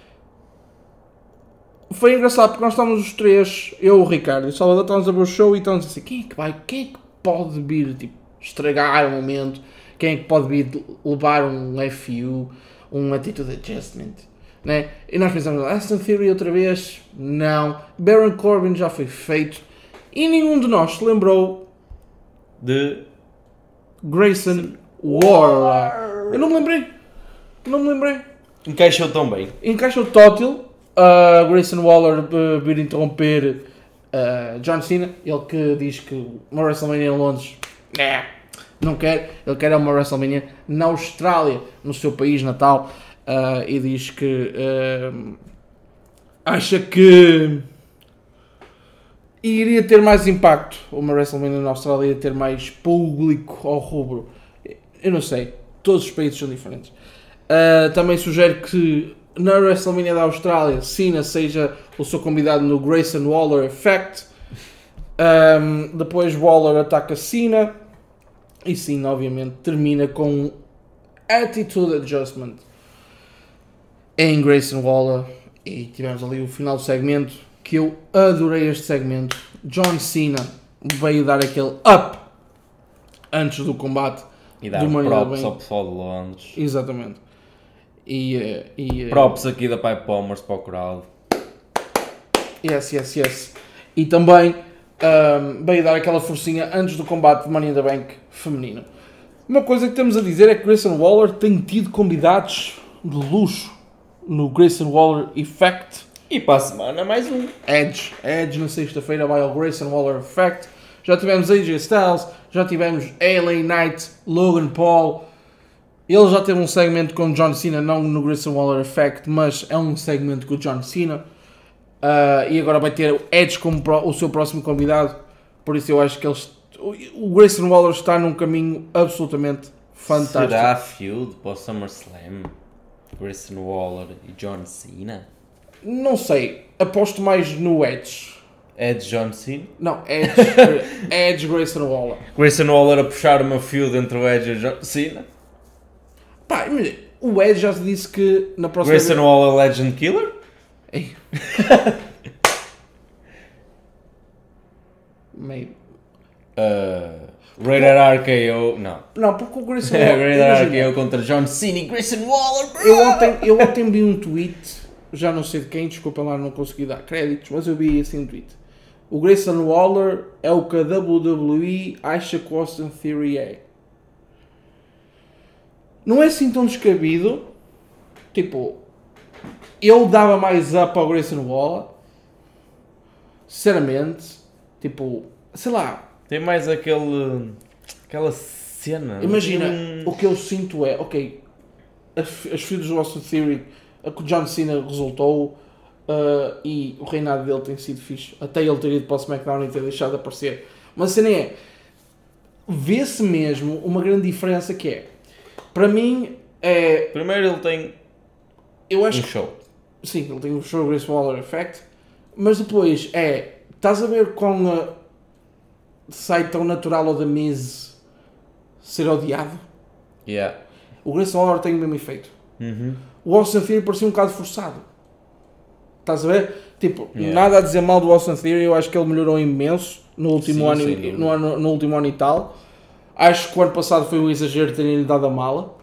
Foi engraçado porque nós estávamos os três, eu, o Ricardo e o Salvador, estávamos a ver o show e estávamos assim, quem é que pode vir tipo, estragar o momento? Quem é que pode vir levar um FU, um Attitude Adjustment? né? E nós pensamos, Austin Theory outra vez? Não. Baron Corbin já foi feito. E nenhum de nós se lembrou De Grayson Waller. Eu não me lembrei. encaixou tão bem. Encaixa o tótil. Grayson Waller vir interromper John Cena. Ele que diz que uma WrestleMania em Londres não quer. Ele quer uma WrestleMania na Austrália, no seu país natal. E diz que acha que iria ter mais impacto. Uma WrestleMania na Austrália iria ter mais público ao rubro. Eu não sei. Todos os países são diferentes. Também sugere que na WrestleMania da Austrália Cena seja o seu convidado no Grayson Waller Effect. Depois Waller ataca Cena e Cena obviamente termina com um Attitude Adjustment em Grayson Waller. E tivemos ali o final do segmento, que eu adorei este segmento. John Cena veio dar aquele up antes do combate E dar props ao pessoal de Londres. Exatamente. Props aqui da Pipe Bombers para o crowd. Yes. E também veio dar aquela forcinha antes do combate de Money in the Bank feminino. Uma coisa que temos a dizer é que Grayson Waller tem tido convidados de luxo no Grayson Waller Effect. E para a semana mais um. Edge na sexta-feira vai ao Grayson Waller Effect. Já tivemos AJ Styles, já tivemos LA Knight, Logan Paul. Ele já teve um segmento com John Cena, não no Grayson Waller Effect, mas é um segmento com o John Cena. E agora vai ter o Edge como o seu próximo convidado. Por isso eu acho que o Grayson Waller está num caminho absolutamente fantástico. Será feud para o SummerSlam? Grayson Waller e John Cena? Não sei, aposto mais no Edge. Edge John Cena? Não, Edge Grayson Waller. Grayson Waller a puxar uma feud entre o Edge e o John Cena? Pá, o Edge já disse que na próxima Grayson Waller Legend Killer? Ei. Maybe. Rated RKO? Não, porque o Grayson Waller... Rated RKO contra John Cena e Grayson Waller, bro. Eu ontem vi um tweet, já não sei de quem, desculpa lá, não consegui dar créditos, mas eu vi assim um tweet. O Grayson Waller é o que a WWE acha que o Austin Theory é. Não é assim tão descabido. Tipo, eu dava mais up ao Grayson Waller. Sinceramente. Tipo, sei lá. Tem mais aquela cena. Imagina, o que eu sinto é, ok, as filhas do Austin Theory, a que o John Cena resultou, e o reinado dele tem sido fixe. Até ele ter ido para o SmackDown e ter deixado de aparecer. Mas a cena é, vê-se mesmo uma grande diferença que é, para mim, é... Primeiro ele tem eu acho um show. Sim, ele tem o show Grayson Waller Effect, mas depois estás a ver com a sai tão natural ao da Miz ser odiado? Yeah. O Grayson Waller tem o mesmo efeito. Uhum. O Austin Theory parecia um bocado forçado. Estás a ver? Tipo, Yeah. nada a dizer mal do Austin Theory, eu acho que ele melhorou imenso no último, ano, sem dúvida. no último ano e tal. Acho que o ano passado foi um exagero terem-lhe dado a mala.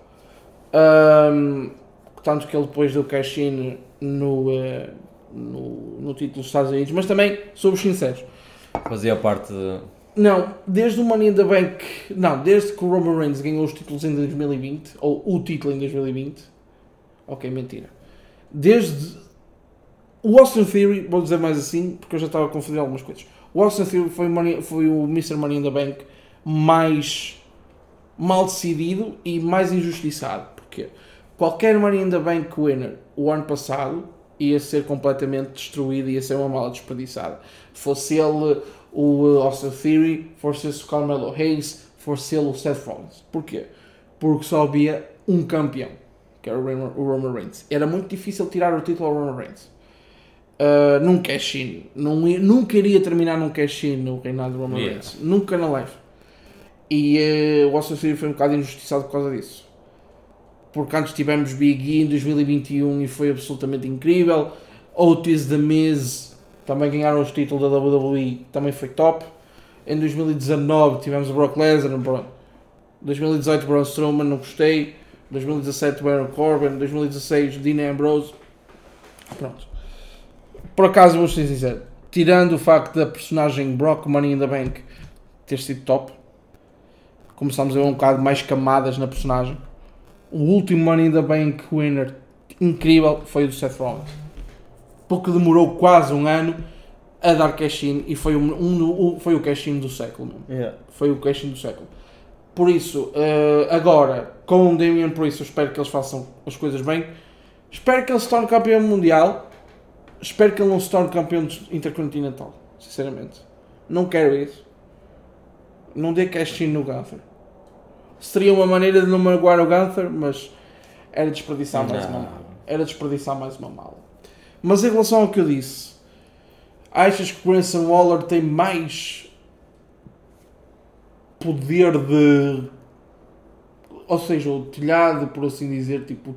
Tanto que ele depois deu cash-in no título dos Estados Unidos. Mas também, somos sinceros, Fazia parte de... não, desde o Money in the Bank, não, desde que o Roman Reigns ganhou os títulos em 2020, ou o título em 2020, ok, mentira, desde o Austin Theory, vou dizer mais assim, porque eu já estava a confundir algumas coisas, o Austin Theory foi o Mr. Money in the Bank mais mal decidido e mais injustiçado, porque qualquer Money in the Bank winner o ano passado ia ser completamente destruído, ia ser uma mala desperdiçada, fosse ele o Austin Theory, fosse o Carmelo Hayes, fosse ele o Seth Rollins. Porquê? Porque só havia um campeão, que era o Roman Reigns. Era muito difícil tirar o título ao Roman Reigns. Num cash-in. Nunca iria terminar num cash-in no reinado do Roman Reigns. Nunca na live. E o Austin Theory foi um bocado injustiçado por causa disso. Porque antes tivemos Big E em 2021 e foi absolutamente incrível. Otis, The Miz, também ganharam os títulos da WWE, também foi top. Em 2019 tivemos o Brock Lesnar, 2018 Braun Strowman, não gostei. 2017 Baron Corbin, 2016 Dean Ambrose, Pronto. Por acaso, vou ser sincero, tirando o facto da personagem Brock Money in the Bank ter sido top, começámos a ver um bocado mais camadas na personagem. O último Money in the Bank winner incrível foi o do Seth Rollins, porque demorou quase um ano a dar cash-in e foi, foi o cash-in do século mesmo. Yeah. Foi o cash-in do século. Por isso, agora, com o Damian Priest, eu espero que eles façam as coisas bem. Espero que ele se torne campeão mundial. Espero que ele não se torne campeão intercontinental. Sinceramente. Não quero isso. Não dê cash-in no Gunther. Seria uma maneira de não magoar o Gunther, mas era desperdiçar mais uma mala. Era desperdiçar mais uma mala. Mas em relação ao que eu disse, achas que o Grayson Waller tem mais poder de... Ou seja, o telhado, por assim dizer, tipo...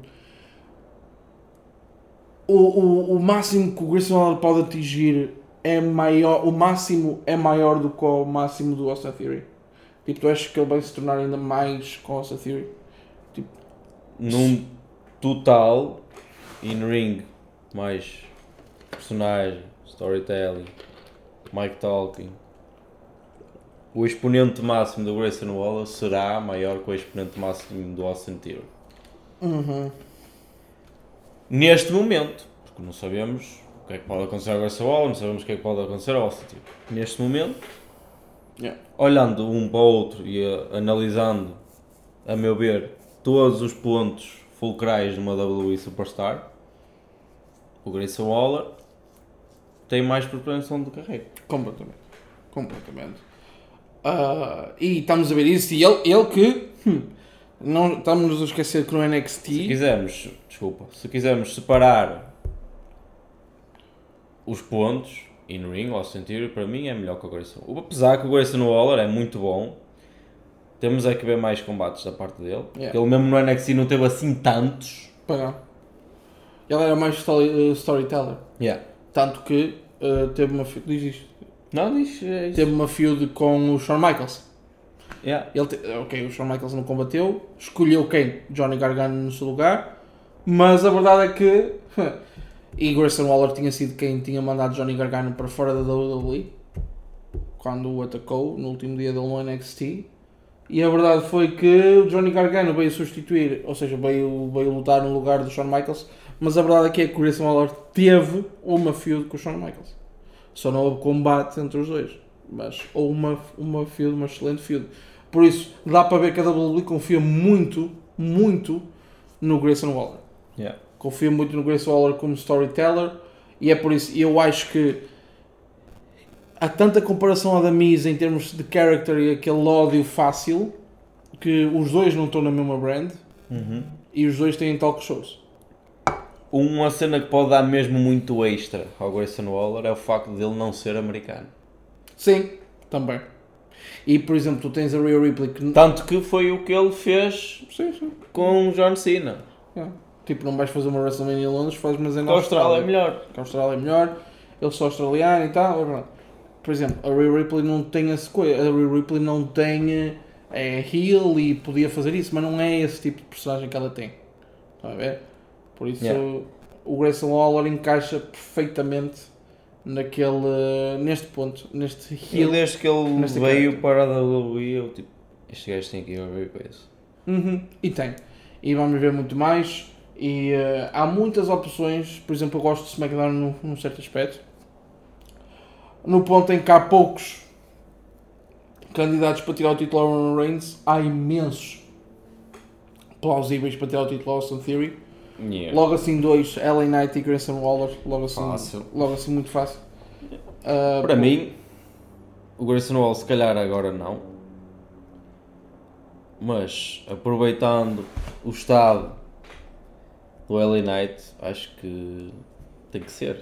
O máximo que o Grayson Waller pode atingir é maior... O máximo é maior do que o máximo do Austin Theory? Tipo, tu achas que ele vai se tornar ainda mais com o Austin Theory? Tipo, num total, in-ring, mais personagem, storytelling, mic talking, o exponente máximo do Grayson Waller será maior que o exponente máximo do Austin Theory. Neste momento, porque não sabemos o que é que pode acontecer ao Grayson Waller, não sabemos o que é que pode acontecer ao Austin Theory. Neste momento, olhando um para o outro e analisando, a meu ver, todos os pontos fulcrais de uma WWE Superstar, o Grayson Waller tem mais propensão de carreira. Completamente. E estamos a ver isso, e ele que não estamos a esquecer que no NXT, se quisermos separar os pontos in-ring, o Austin Theory para mim é melhor que o Grayson. Apesar que o Grayson Waller é muito bom, temos é que ver mais combates da parte dele. Ele mesmo no NXT não teve assim tantos. Ele era mais storyteller. Tanto que teve uma feud, diz isto. Não, diz isso. Teve uma feud com o Shawn Michaels. Yeah. O Shawn Michaels não combateu, escolheu quem? Johnny Gargano no seu lugar, mas a verdade é que e Grayson Waller tinha sido quem tinha mandado Johnny Gargano para fora da WWE quando o atacou no último dia dele no NXT, e a verdade foi que o Johnny Gargano veio substituir, ou seja, veio lutar no lugar do Shawn Michaels, mas a verdade é que o Grayson Waller teve uma feud com o Shawn Michaels, só não houve combate entre os dois, mas houve uma feud, uma excelente feud. Por isso, dá para ver que a WWE confia muito no Grayson Waller. Confia muito no Grayson Waller como storyteller, e é por isso, eu acho que há tanta comparação a da Miz em termos de character e aquele ódio fácil, que os dois não estão na mesma brand, e os dois têm talk shows. Uma cena que pode dar mesmo muito extra ao Grayson Waller é o facto de ele não ser americano. Sim, também. E, por exemplo, tu tens a Rhea Ripley que... Tanto que foi o que ele fez com o John Cena. Tipo, não vais fazer uma WrestleMania em Londres, fazes mas na Austrália é melhor. Que a Austrália é melhor, eles são australianos e tal, é verdade. Por exemplo, a Rhea Ripley não tem essa coisa, a Rhea Ripley não tem heel e podia fazer isso, mas não é esse tipo de personagem que ela tem. Está a ver? Por isso o Grayson Waller encaixa perfeitamente neste ponto, neste heel. E desde que ele veio para a WWE, eu tipo, este gajo tem que ir a ver coisa. E tem. E vamos ver muito mais. E há muitas opções. Por exemplo, eu gosto de SmackDown num certo aspecto. No ponto em que há poucos candidatos para tirar o título ao Roman Reigns, há imensos plausíveis para tirar o título ao Austin Theory. Logo assim dois, LA Knight e Grayson Waller, logo assim muito fácil. Para mim, o Grayson Waller se calhar agora não, mas aproveitando o estado do LA Knight, acho que tem que ser.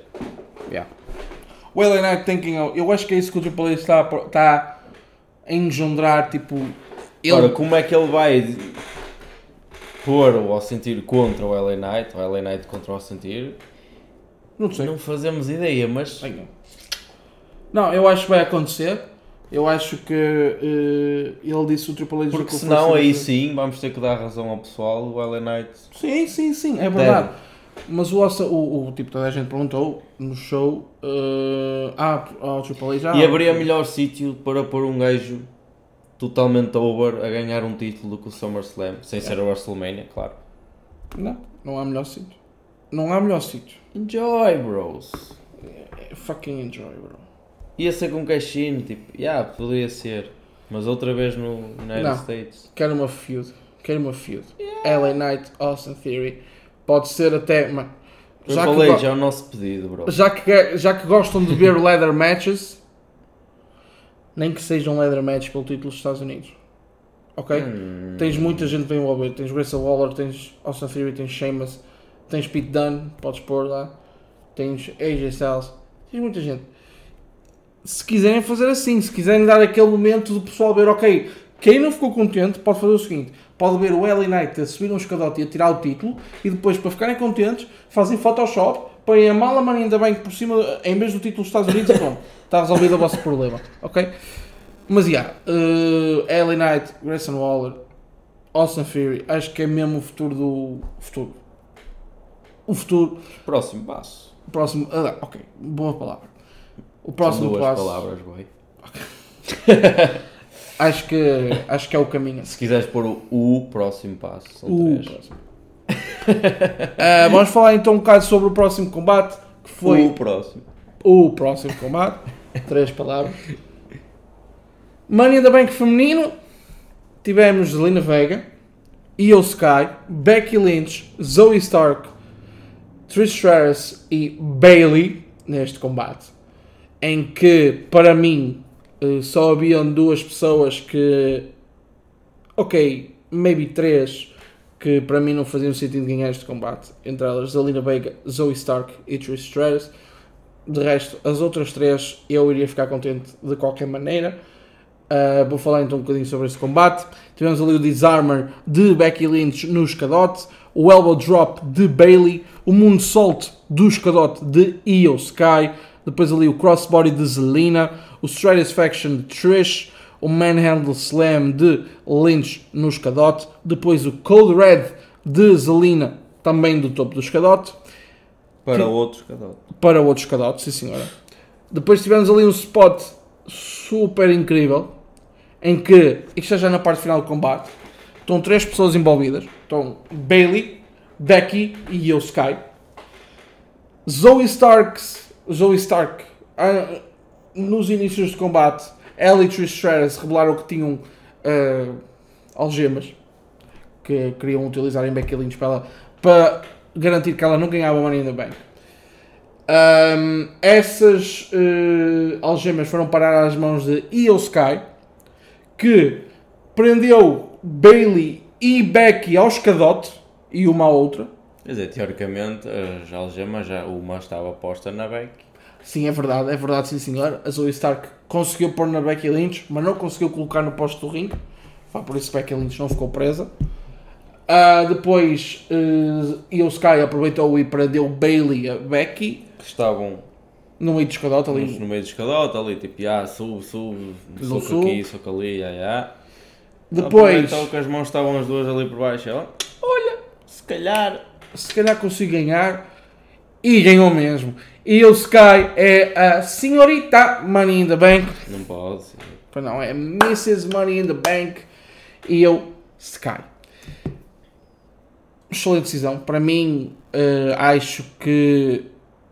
O LA Knight eu acho que é isso que o Triple H está a engendrar, tipo... Agora, como é que ele vai pôr o Austin Theory contra o LA Knight, o LA Knight contra o Austin Theory? Não sei. Não fazemos ideia, mas... Não, eu acho que vai acontecer. Eu acho que ele disse o Triple H... Porque senão aí sim vamos ter que dar razão ao pessoal, o LA Knight... Sim, é verdade. Mas o tipo, toda a gente perguntou no show, ao Triple H já... E haveria melhor sítio para pôr um gajo totalmente over a ganhar um título do que o SummerSlam, sem ser o WrestleMania, claro. Não há melhor sítio. Não há melhor sítio. Enjoy, bros. Fucking enjoy, bro. Ia ser com caixinho, tipo, poderia ser. Mas outra vez no United States. Quero uma feud. LA Knight, Austin Theory. Pode ser até... Já é o nosso pedido, bro. Já que gostam de ver leather matches, nem que sejam leather matches pelo título dos Estados Unidos. Ok? Tens muita gente bem envolvida. Tens Grayson Waller, tens Austin Theory, tens Sheamus, tens Pete Dunne, podes pôr lá. Tens AJ Styles. Tens muita gente. Se quiserem fazer assim, se quiserem dar aquele momento do pessoal ver, ok, quem não ficou contente pode fazer o seguinte, pode ver o LA Knight a subir um escadote e a tirar o título e depois, para ficarem contentes, fazem Photoshop, põem a mala Money in the Bank por cima, em vez do título dos Estados Unidos, e pronto, está resolvido o vosso problema, ok? Mas LA Knight, Grayson Waller, Austin Theory, acho que é mesmo o futuro do... O futuro... Próximo passo. Ok, boa palavra. O próximo São duas passo... palavras, boy. Acho que é o caminho. Se quiseres pôr o próximo passo, são três. Próximo. Vamos falar então um bocado sobre o próximo combate, que foi... O próximo combate. 3 palavras. Money in the Bank feminino. Tivemos Zelina Vega, Io Sky, Becky Lynch, Zoe Stark, Trish Stratus e Bayley neste combate, em que, para mim, só haviam 2 pessoas que, ok, maybe 3, que para mim não faziam sentido ganhar este combate, entre elas Zelina Vega, Zoe Stark e Trish Stratus. De resto, as outras 3 eu iria ficar contente de qualquer maneira. Vou falar então um bocadinho sobre este combate. Tivemos ali o Disarmer de Becky Lynch no escadote, o Elbow Drop de Bayley, o Moonsault do escadote de Io Sky, depois ali o Crossbody de Zelina, o Stratusfaction de Trish, o Manhandle Slam de Lynch no escadote, depois o Code Red de Zelina, também do topo do escadote. Para outro escadote, sim senhora. Depois tivemos ali um spot super incrível, em que, isto é já na parte final do combate, estão 3 pessoas envolvidas, estão Bayley, Becky e Io Sky. Zoe Stark, nos inícios do combate, ela e Trish Stratus revelaram que tinham algemas que queriam utilizar em Becky Lynch para garantir que ela não ganhava Money in the Bank. Essas algemas foram parar às mãos de Io Sky, que prendeu Bayley e Becky ao escadote e uma à outra. Quer dizer, teoricamente, as algemas, uma estava posta na Becky. Sim, é verdade, sim senhor. A Zoe Stark conseguiu pôr na Becky Lynch, mas não conseguiu colocar no posto do ringue. Por isso Becky Lynch não ficou presa. Depois, Io Sky aproveitou e prendeu Bayley a Becky. Que estavam no meio do escadote ali. No meio do escadote ali, tipo, sube, soco aqui, soco ali, Depois... Então que as mãos estavam as duas ali por baixo, ela, olha, se calhar consigo ganhar. E ganhou mesmo. Io Sky é a senhorita Money in the Bank. Não pode. Não, é Mrs. Money in the Bank. Io Sky. Excelente decisão. Para mim, acho que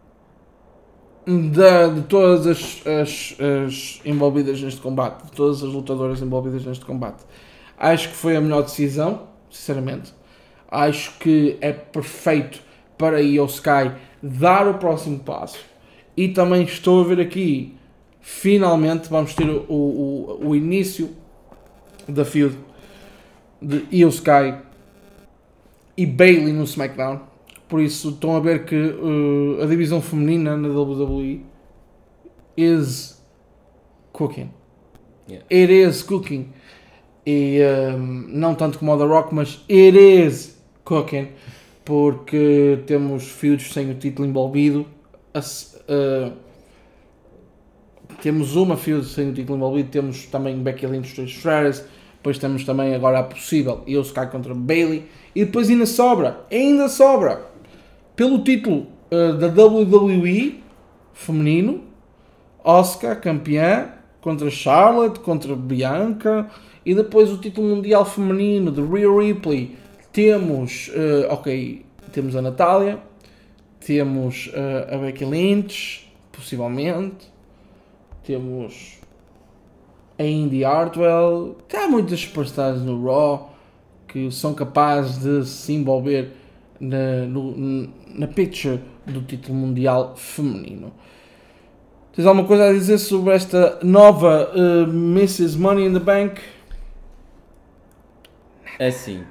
de todas as envolvidas neste combate, de todas as lutadoras envolvidas neste combate, acho que foi a melhor decisão, sinceramente. Acho que é perfeito para Io Sky dar o próximo passo. E também estou a ver aqui, finalmente vamos ter o início da feud de Io Sky e Bayley no SmackDown. Por isso estão a ver que a divisão feminina na WWE is cooking. Yeah. It is cooking. E não tanto como o The Rock, mas it is cooking. Porque temos feuds sem o título envolvido. Temos uma feud sem o título envolvido. Temos também Becky Lynch e Trish Stratus. Depois temos também agora a possível Io Sky contra Bayley. E depois ainda sobra pelo título da WWE feminino, Asuka campeã contra Charlotte, contra Bianca, e depois o título mundial feminino de Rhea Ripley. Temos, temos a Natália, temos a Becky Lynch, possivelmente, temos a Indy Hartwell. Há muitas superstars no Raw que são capazes de se envolver na picture do título mundial feminino. Tens alguma coisa a dizer sobre esta nova Mrs. Money in the Bank? É assim.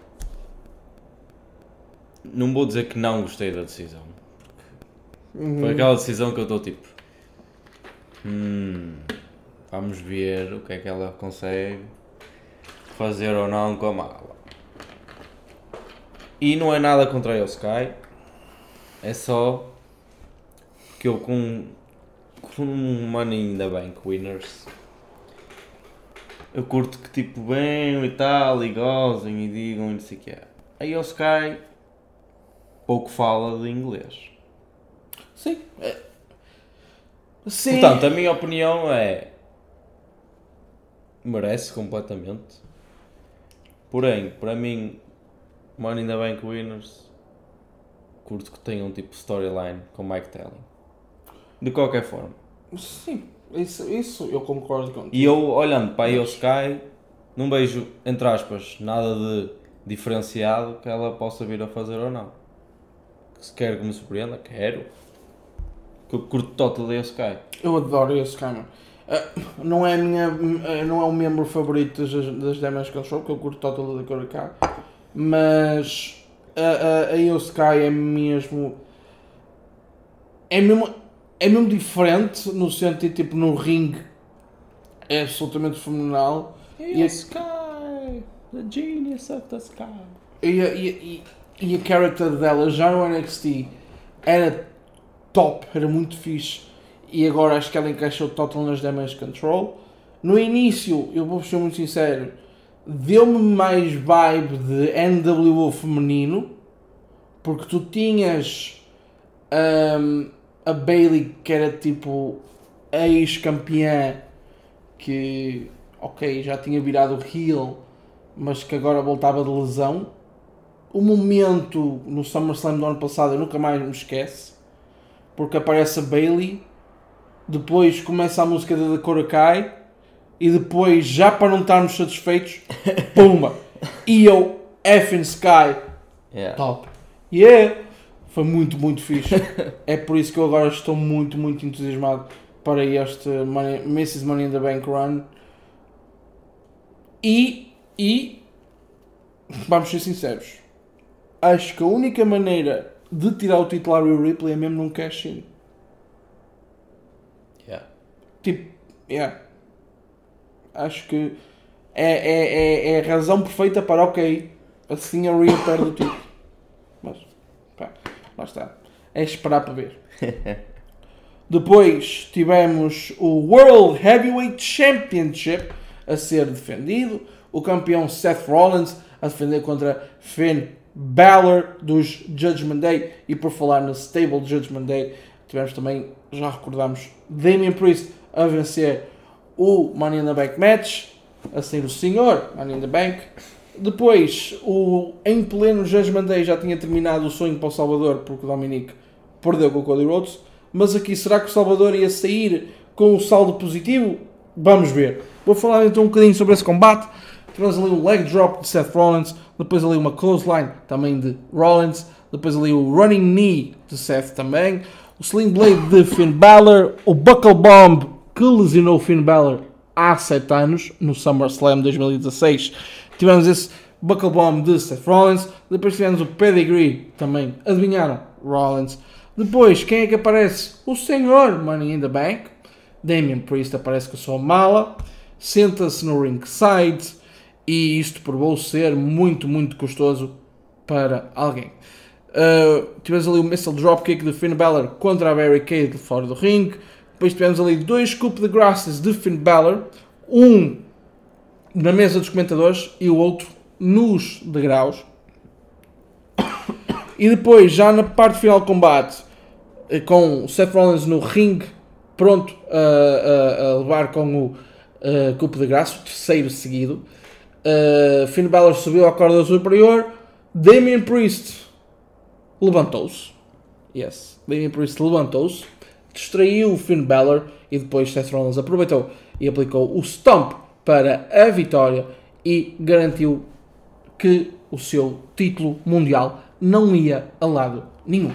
Não vou dizer que não gostei da decisão. Foi aquela decisão que eu estou tipo... vamos ver o que é que ela consegue fazer ou não com a mala. E não é nada contra a Io Sky. É só que eu com Money in the Bank Winners, eu curto que tipo venham e tal, e gozem e digam e não sei o que é. A Io Sky pouco fala de inglês. Sim. Sim. Portanto, a minha opinião é... merece completamente. Porém, para mim, Money in the Bank Winners, curto que tenham tipo storyline com Mike Telling. De qualquer forma. Sim, isso eu concordo contigo. E eu, olhando para a Io Sky, não vejo, entre aspas, nada de diferenciado que ela possa vir a fazer ou não. Se quer que me surpreenda, quero. Que eu curto total da Io Sky. Eu adoro esse Sky. Não é o membro favorito das Damage Control, que eu curto total da Dakota Kai, mas a Io Sky é mesmo diferente, no sentido, tipo, no ringue é absolutamente fenomenal. Io Sky, the genius of the sky. E a character dela já no NXT era top, era muito fixe, e agora acho que ela encaixou total nas Damage Control. No início, eu vou ser muito sincero, deu-me mais vibe de NWO feminino, porque tu tinhas a Bayley, que era tipo a ex-campeã, que já tinha virado heel, mas que agora voltava de lesão. O momento no SummerSlam do ano passado eu nunca mais me esqueço, porque aparece a Bayley, depois começa a música da Dakota Kai, e depois, já para não estarmos satisfeitos, pumba! Io effing Sky, top! Foi muito, muito fixe. É por isso que eu agora estou muito, muito entusiasmado para este Mrs. Money in the Bank Run. E vamos ser sinceros, acho que a única maneira de tirar o título a Rhea Ripley é mesmo num cash-in. Acho que é a razão perfeita para, assim a Rhea perde o título. Mas, lá está. É esperar para ver. Depois tivemos o World Heavyweight Championship a ser defendido. O campeão Seth Rollins a defender contra Finn Balor dos Judgment Day. E por falar no Stable Judgment Day, tivemos também, já recordamos, Damian Priest a vencer o Money in the Bank match, a ser o senhor Money in the Bank. Depois, em pleno Judgment Day, já tinha terminado o sonho para o Salvador, porque o Dominic perdeu com o Cody Rhodes. Mas aqui, será que o Salvador ia sair com um saldo positivo? Vamos ver. Vou falar então um bocadinho sobre esse combate. Tivemos ali um leg drop de Seth Rollins, depois ali uma clothesline também de Rollins, depois ali o running knee de Seth também, o sling blade de Finn Balor, o buckle bomb que lesionou o Finn Balor há 7 anos, no SummerSlam 2016. Tivemos esse buckle bomb de Seth Rollins, depois tivemos o pedigree também, adivinharam? Rollins. Depois, quem é que aparece? O senhor Money in the Bank. Damian Priest aparece com a sua mala, senta-se no ringside, e isto provou ser muito, muito custoso para alguém. Tivemos ali o missile dropkick de Finn Balor contra a barricade fora do ringue. Depois tivemos ali 2 coup de graces de Finn Balor, um na mesa dos comentadores e o outro nos degraus. E depois, já na parte final do combate, com o Seth Rollins no ringue, pronto a levar com o Coup de Graça, o terceiro seguido. Finn Balor subiu à corda superior. Damian Priest levantou-se. Yes, Damian Priest levantou-se, distraiu o Finn Balor e depois Seth Rollins aproveitou e aplicou o Stomp para a vitória e garantiu que o seu título mundial não ia a lado nenhum.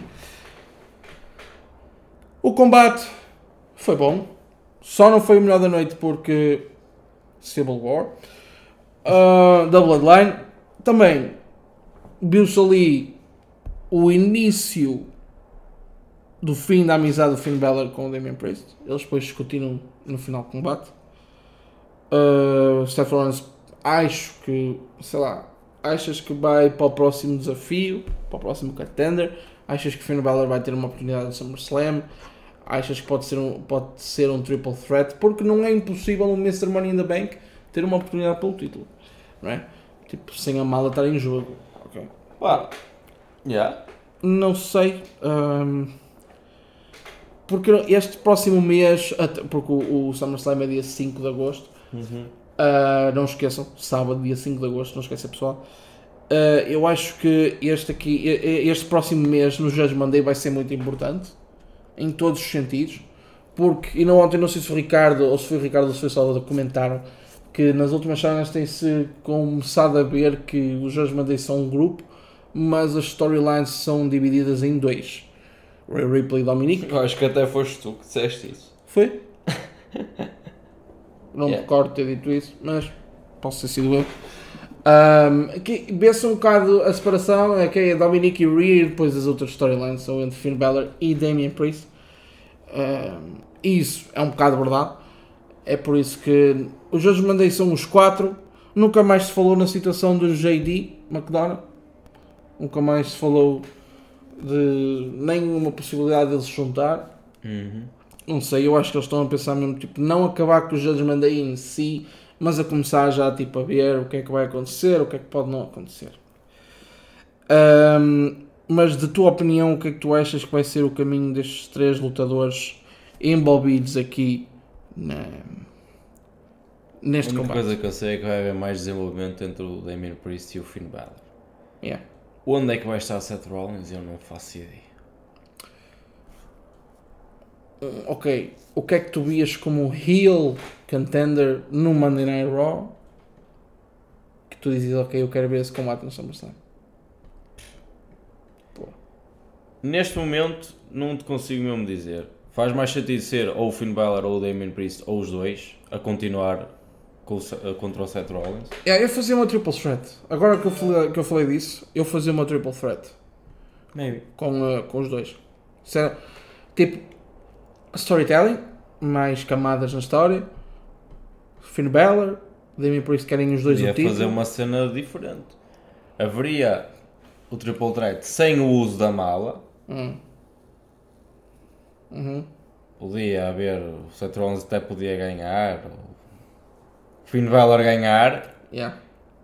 O combate foi bom, só não foi o melhor da noite porque Civil War. Da Bloodline também viu-se ali o início do fim da amizade do Finn Balor com o Damian Priest. Eles depois discutiram no final do combate. Seth Rollins, acho que, sei lá, achas que vai para o próximo desafio, para o próximo contender? Achas que Finn Balor vai ter uma oportunidade no SummerSlam? Achas que pode ser um triple threat? Porque não é impossível um Mr. Money in the Bank ter uma oportunidade pelo título, não é? Tipo, sem a mala estar em jogo. Ok. Yeah. Não sei. Porque este próximo mês, porque o SummerSlam é dia 5 de agosto. Não esqueçam, sábado, dia 5 de agosto, não esqueçam, pessoal. Eu acho que este próximo mês no Judgment Day vai ser muito importante em todos os sentidos, porque, e ontem não sei se foi o Ricardo ou se o Sr. Salvador comentaram que nas últimas semanas tem-se começado a ver que os Judgment Day são um grupo, mas as storylines são divididas em dois. Rhea Ripley e Dominic. Eu acho que até foste tu que disseste isso. Foi? Não me recordo ter dito isso, mas posso ter sido eu. Aqui vê-se um bocado a separação, é Dominic e Rhea, e depois as outras storylines são entre Finn Balor e Damian Priest. Isso é um bocado verdade. É por isso que os Judgment Day são os 4. Nunca mais se falou na situação do JD McDonough. Nunca mais se falou de nenhuma possibilidade deles se juntar. Não sei, eu acho que eles estão a pensar mesmo, tipo, não acabar com os Judgment Day em si, mas a começar já tipo, a ver o que é que vai acontecer, o que é que pode não acontecer. Mas de tua opinião, o que é que tu achas que vai ser o caminho destes 3 lutadores envolvidos aqui neste combate? A única coisa que eu sei é que vai haver mais desenvolvimento entre o Damian Priest e o Finn Balor. Yeah. Onde é que vai estar Seth Rollins? Eu não faço ideia. Ok, o que é que tu vias como heel contender no Monday Night Raw? Que tu dizias, ok, eu quero ver esse combate no SummerSlam. Neste momento, não te consigo mesmo dizer. Faz mais sentido ser ou o Finn Balor ou o Damian Priest, ou os dois, a continuar contra o Seth Rollins. Eu fazia uma triple threat. Agora que eu falei disso, eu fazia uma triple threat. Maybe. Com os dois. Tipo, storytelling, mais camadas na história. Finn Balor, Damian Priest querem os dois o título. Fazer uma cena diferente. Haveria o triple threat sem o uso da mala. Podia haver, o Seth Rollins até podia ganhar, o Finn Balor ganhar. Yeah.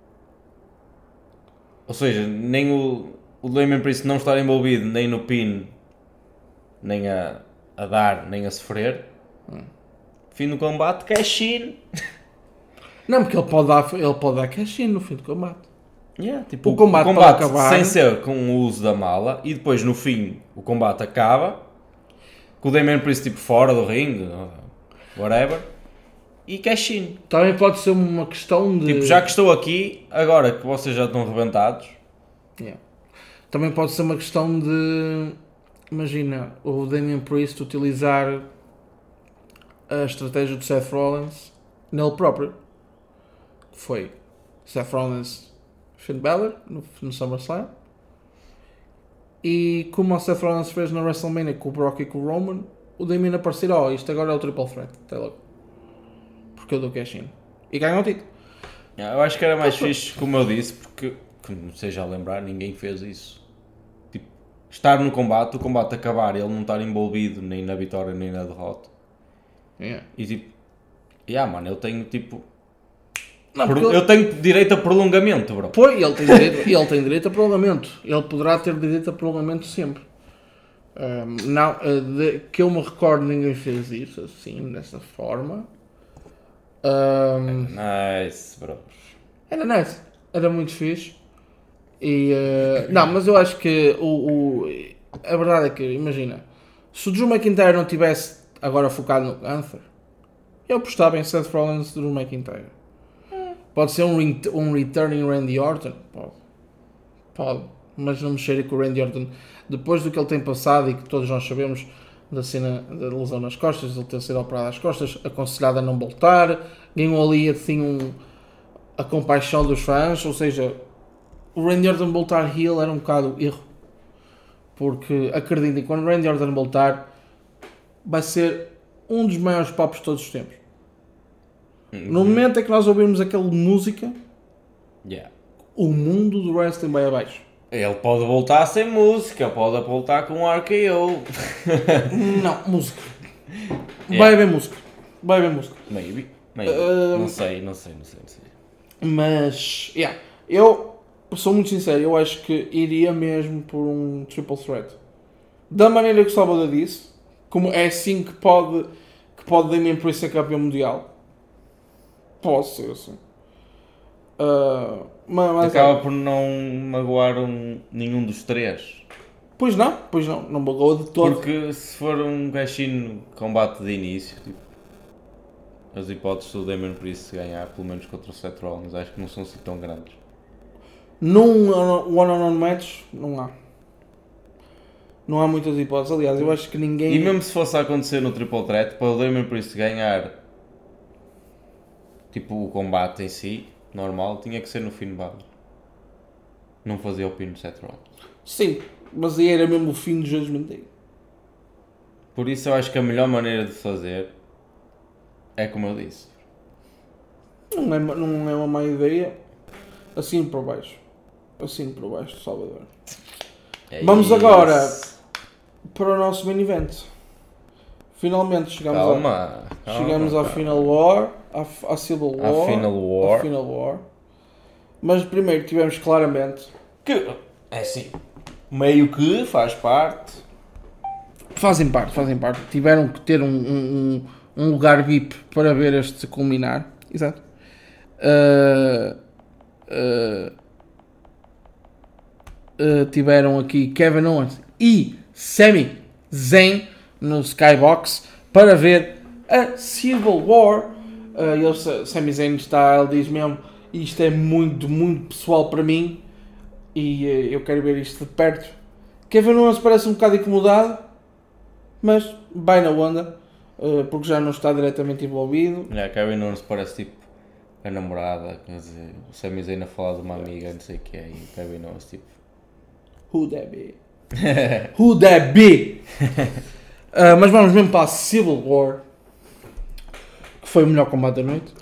Ou seja, nem o Damian Priest não estar envolvido nem no pin, nem a dar, nem a sofrer. Fim do combate, cash-in. Não, porque ele pode dar cash-in no fim do combate. Tipo, o combate acabar sem ser com o uso da mala, e depois no fim o combate acaba com o Damian Priest tipo fora do ringue, whatever, e cash-in. Também pode ser uma questão de... Tipo, já que estou aqui, agora que vocês já estão rebentados. Também pode ser uma questão de... Imagina, o Damian Priest utilizar a estratégia do Seth Rollins nele próprio. Foi Seth Rollins, Finn Balor no SummerSlam, e como o Seth Rollins fez na WrestleMania com o Brock e com o Roman, o Damian aparecer, isto agora é o triple threat, até logo, porque eu dou cash-in e ganho o título. Eu acho que era mais fixe, como eu disse, porque, como seja a lembrar, ninguém fez isso. Tipo, estar no combate, o combate acabar e ele não estar envolvido nem na vitória nem na derrota. E tipo, mano, eu tenho tipo Não, porque Eu tenho direito a prolongamento, bro. Pois, ele tem direito a prolongamento. Ele poderá ter direito a prolongamento sempre. Não, que eu me recordo, ninguém fez isso assim, dessa forma. Nice, bro. Era nice, era muito fixe. E, não, mas eu acho que a verdade é que, imagina, se o Drew McIntyre não tivesse agora focado no Gunther, eu apostava em Seth Rollins e Drew McIntyre. Pode ser um returning Randy Orton? Pode. Mas não me cheira que o Randy Orton, depois do que ele tem passado e que todos nós sabemos da cena da lesão nas costas, ele ter sido operado às costas, aconselhado a não voltar, ganhou ali assim a compaixão dos fãs, ou seja, o Randy Orton voltar heel era um bocado erro. Porque acreditem, quando o Randy Orton voltar, vai ser um dos maiores papos de todos os tempos. No momento em que nós ouvimos aquela música, o mundo do wrestling vai abaixo. Ele pode voltar sem música, pode voltar com um RKO. Não, música. Vai haver música. Maybe. Não sei. Mas, eu sou muito sincero, eu acho que iria mesmo por um triple threat. Da maneira que o Salvador disse, como é assim que pode Damian Priest ser campeão mundial. Pode ser assim. Mas acaba por não magoar nenhum dos três. Pois não magoa de todo. Porque se for um gachinho combate de início, tipo, as hipóteses do Damian Priest ganhar, pelo menos contra o Seth Rollins, acho que não são assim tão grandes. Num one-on-one match, não há. Não há muitas hipóteses. Aliás, eu acho que ninguém... E mesmo se fosse a acontecer no Triple Threat, para o Damian Priest ganhar, tipo, o combate em si, normal, tinha que ser no Finn Balor. Não fazia o pin no Seth Rollins. Sim, mas aí era mesmo o fim do Judgment Day. Por isso eu acho que a melhor maneira de fazer é como eu disse. Não é uma má ideia. Assim por baixo do Salvador. Vamos agora para o nosso main event. Finalmente chegamos à Final War, à Civil War. Final War. Mas primeiro tivemos claramente que é assim, meio que faz parte. Fazem parte. Tiveram que ter um lugar VIP para ver este culminar. Exato. Tiveram aqui Kevin Owens e Sami Zayn no Skybox para ver a Civil War. Sami Zayn ele diz mesmo, isto é muito, muito pessoal para mim e eu quero ver isto de perto. Kevin Owens parece um bocado incomodado, mas vai na onda, porque já não está diretamente envolvido. Kevin Owens parece tipo a namorada, quer dizer, o Sami Zayn a falar de uma amiga, não sei o que é, e o Kevin Owens tipo... Who that be? Who that be? Mas vamos mesmo para a Civil War, que foi o melhor combate da noite.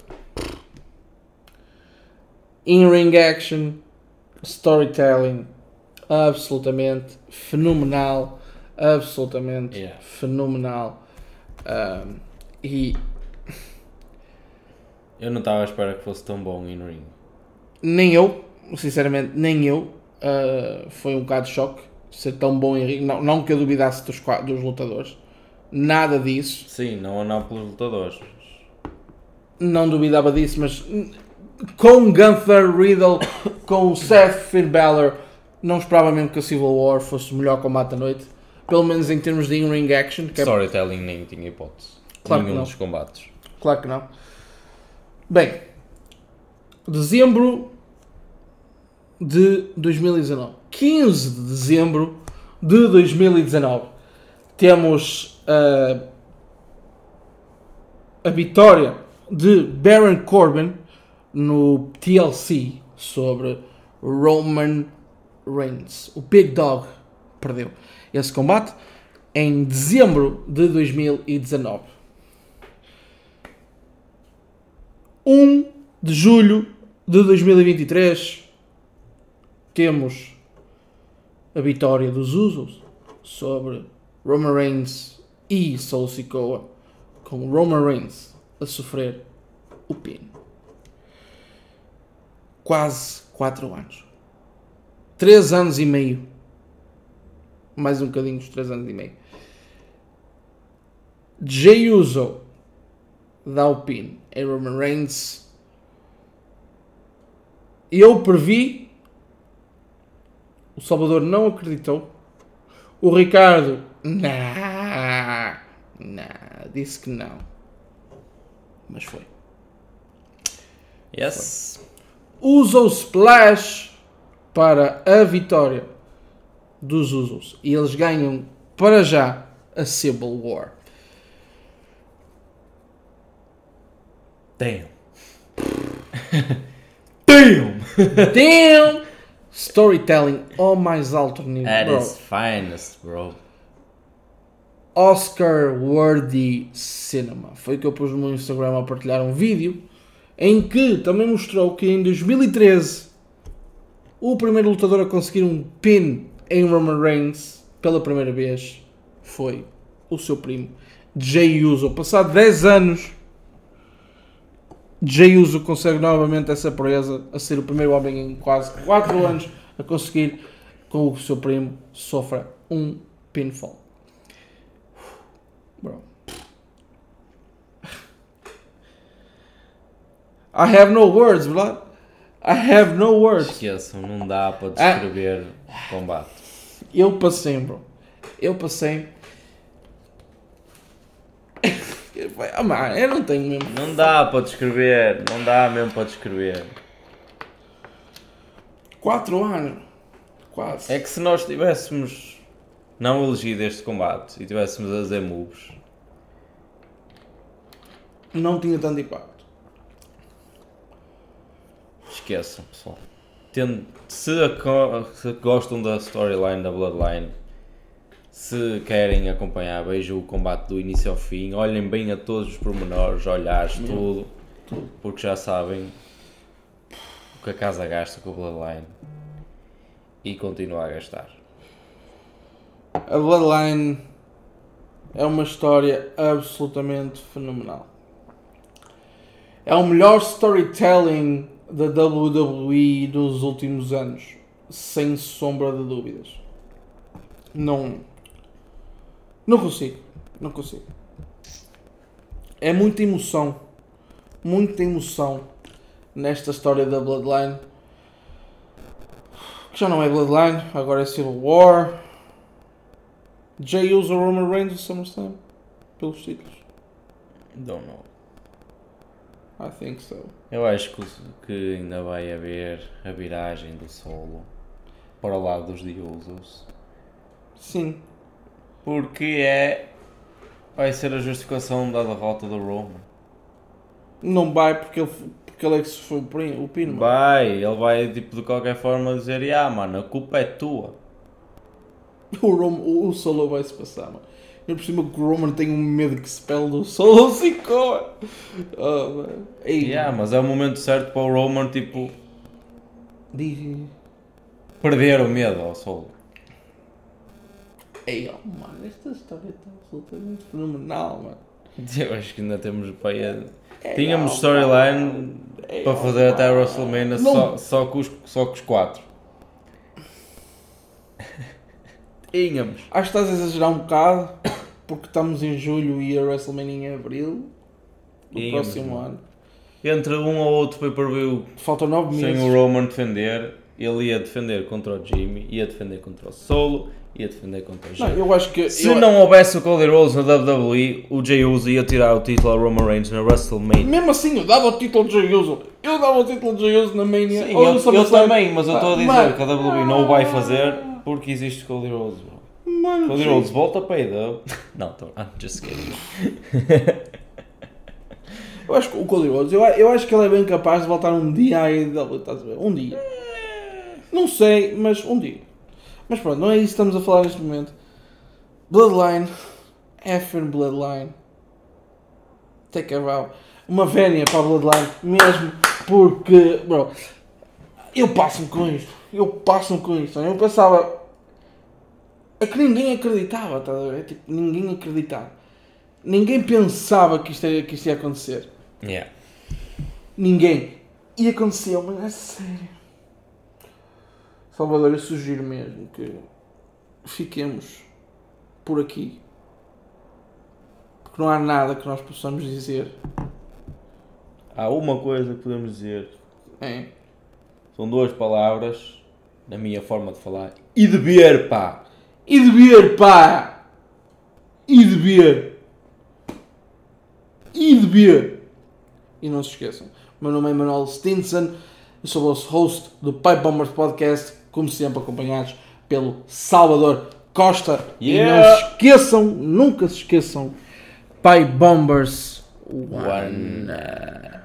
In-ring action, storytelling, absolutamente fenomenal. Fenomenal. E eu não estava à espera que fosse tão bom in-ring. Nem eu, sinceramente, foi um bocado de choque ser tão bom em ring. Não que eu duvidasse dos lutadores, nada disso. Sim, não pelos lutadores. Não duvidava disso, mas com Gunther, Riddle, com Seth, Finn Balor, não esperava mesmo que a Civil War fosse o melhor combate da noite. Pelo menos em termos de in-ring action. Storytelling nem tinha hipótese. Claro nenhum que não. Dos combates. Claro que não. Bem, dezembro de 2019. 15 de dezembro de 2019. Temos a vitória de Baron Corbin no TLC sobre Roman Reigns. O Big Dog perdeu esse combate em dezembro de 2019. 1 de julho de 2023 temos a vitória dos Usos sobre Roman Reigns e Solo Sikoa, com Roman Reigns a sofrer o pin. quase 4 anos. 3 anos e meio. Mais um bocadinho dos 3 anos e meio. Jey Uso dá o pin em Roman Reigns. Eu previ. O Salvador não acreditou. O Ricardo disse que não. Mas foi. Yes. Usa o Splash para a vitória dos Usos. E eles ganham para já a Civil War. Damn. Damn! Storytelling ao mais alto nível, At bro. its finest, bro. Oscar-worthy cinema. Foi que eu pus no meu Instagram a partilhar um vídeo em que também mostrou que em 2013 o primeiro lutador a conseguir um pin em Roman Reigns pela primeira vez foi o seu primo Jey Uso. Passado 10 anos, Jey Uso consegue novamente essa proeza, a ser o primeiro homem em quase 4 anos a conseguir com o seu primo sofra um pinfall. Bro. I have no words, verdade? I have no words. Esqueçam, não dá para descrever o combate. Eu passei, bro. Eu passei. Mano, eu não tenho mesmo. Não dá para descrever, não dá mesmo para descrever. 4 anos. Quase. É que se nós tivéssemos não elegido este combate e tivéssemos a fazer moves, Não tinha tanto impacto. esqueçam, pessoal. Se gostam da storyline da Bloodline, se querem acompanhar, vejam o combate do início ao fim, olhem bem a todos os pormenores, olhares, tudo, porque já sabem o que a casa gasta com a Bloodline e continua a gastar. A Bloodline é uma história absolutamente fenomenal. É o melhor storytelling da WWE dos últimos anos, sem sombra de dúvidas. Não consigo. É muita emoção nesta história da Bloodline, que já não é Bloodline, agora é Civil War. Jey Uso Roman Reigns no SummerSlam pelos títulos. Don't know. I think so. Eu acho que ainda vai haver a viragem do solo para o lado dos The Usos. Sim. Porque vai ser a justificação da derrota do Roman. Não vai porque ele é que se foi o pino. Ele vai tipo de qualquer forma dizer, mano, a culpa é tua. O Solo vai se passar, mano. E por cima que o Roman tem um medo que se pele do Solo se corre. Mas é o momento certo para o Roman tipo Diz. perder o medo ao Solo. Mano, esta história está absolutamente fenomenal, mano. Eu acho que ainda temos tínhamos storyline para fazer até a WrestleMania só com os 4. Tínhamos. Acho que estás a exagerar um bocado, porque estamos em julho e a WrestleMania em abril do próximo ano. Entre um ou outro pay-per-view Faltam 9 meses. sem o Roman defender, ele ia defender contra o Jimmy, ia defender contra o Solo, ia defender contra o Jey. Eu acho que... Se não houvesse o Cody Rhodes na WWE, o Jey Uso ia tirar o título ao Roman Reigns na WrestleMania. Mesmo assim, eu dava o título de Jey Uso. Eu dava o título de Jey Uso na Mania. Sim, eu também, mas eu estou a dizer que a WWE não o vai fazer porque existe Cody Rhodes. Cody Rhodes volta para a IW. Não, I'm just kidding. Eu acho que o Cody Rhodes, eu acho que ele é bem capaz de voltar um dia à IW, estás a ver? Um dia. Não sei, mas um dia. Mas pronto, não é isso que estamos a falar neste momento. Bloodline. Effing Bloodline. Take a vow. Uma vénia para a Bloodline. Mesmo porque, bro, eu passo-me com isto. Eu pensava... É que ninguém acreditava, tá a ver? Tipo, ninguém acreditava. Ninguém pensava que isto ia acontecer. Yeah. Ninguém. E aconteceu, mas é sério. Salvador, eu sugiro mesmo que fiquemos por aqui. Porque não há nada que nós possamos dizer. Há uma coisa que podemos dizer. É. São 2 palavras, na minha forma de falar. E de beber, pá! E de beber, pá! E de beber! E de beber! E não se esqueçam, o meu nome é Manuel Stinson, eu sou o vosso host do Pipe Bombers Podcast, como sempre acompanhados pelo Salvador Costa. Yeah. E não se esqueçam, nunca se esqueçam, Pipe Bombers One.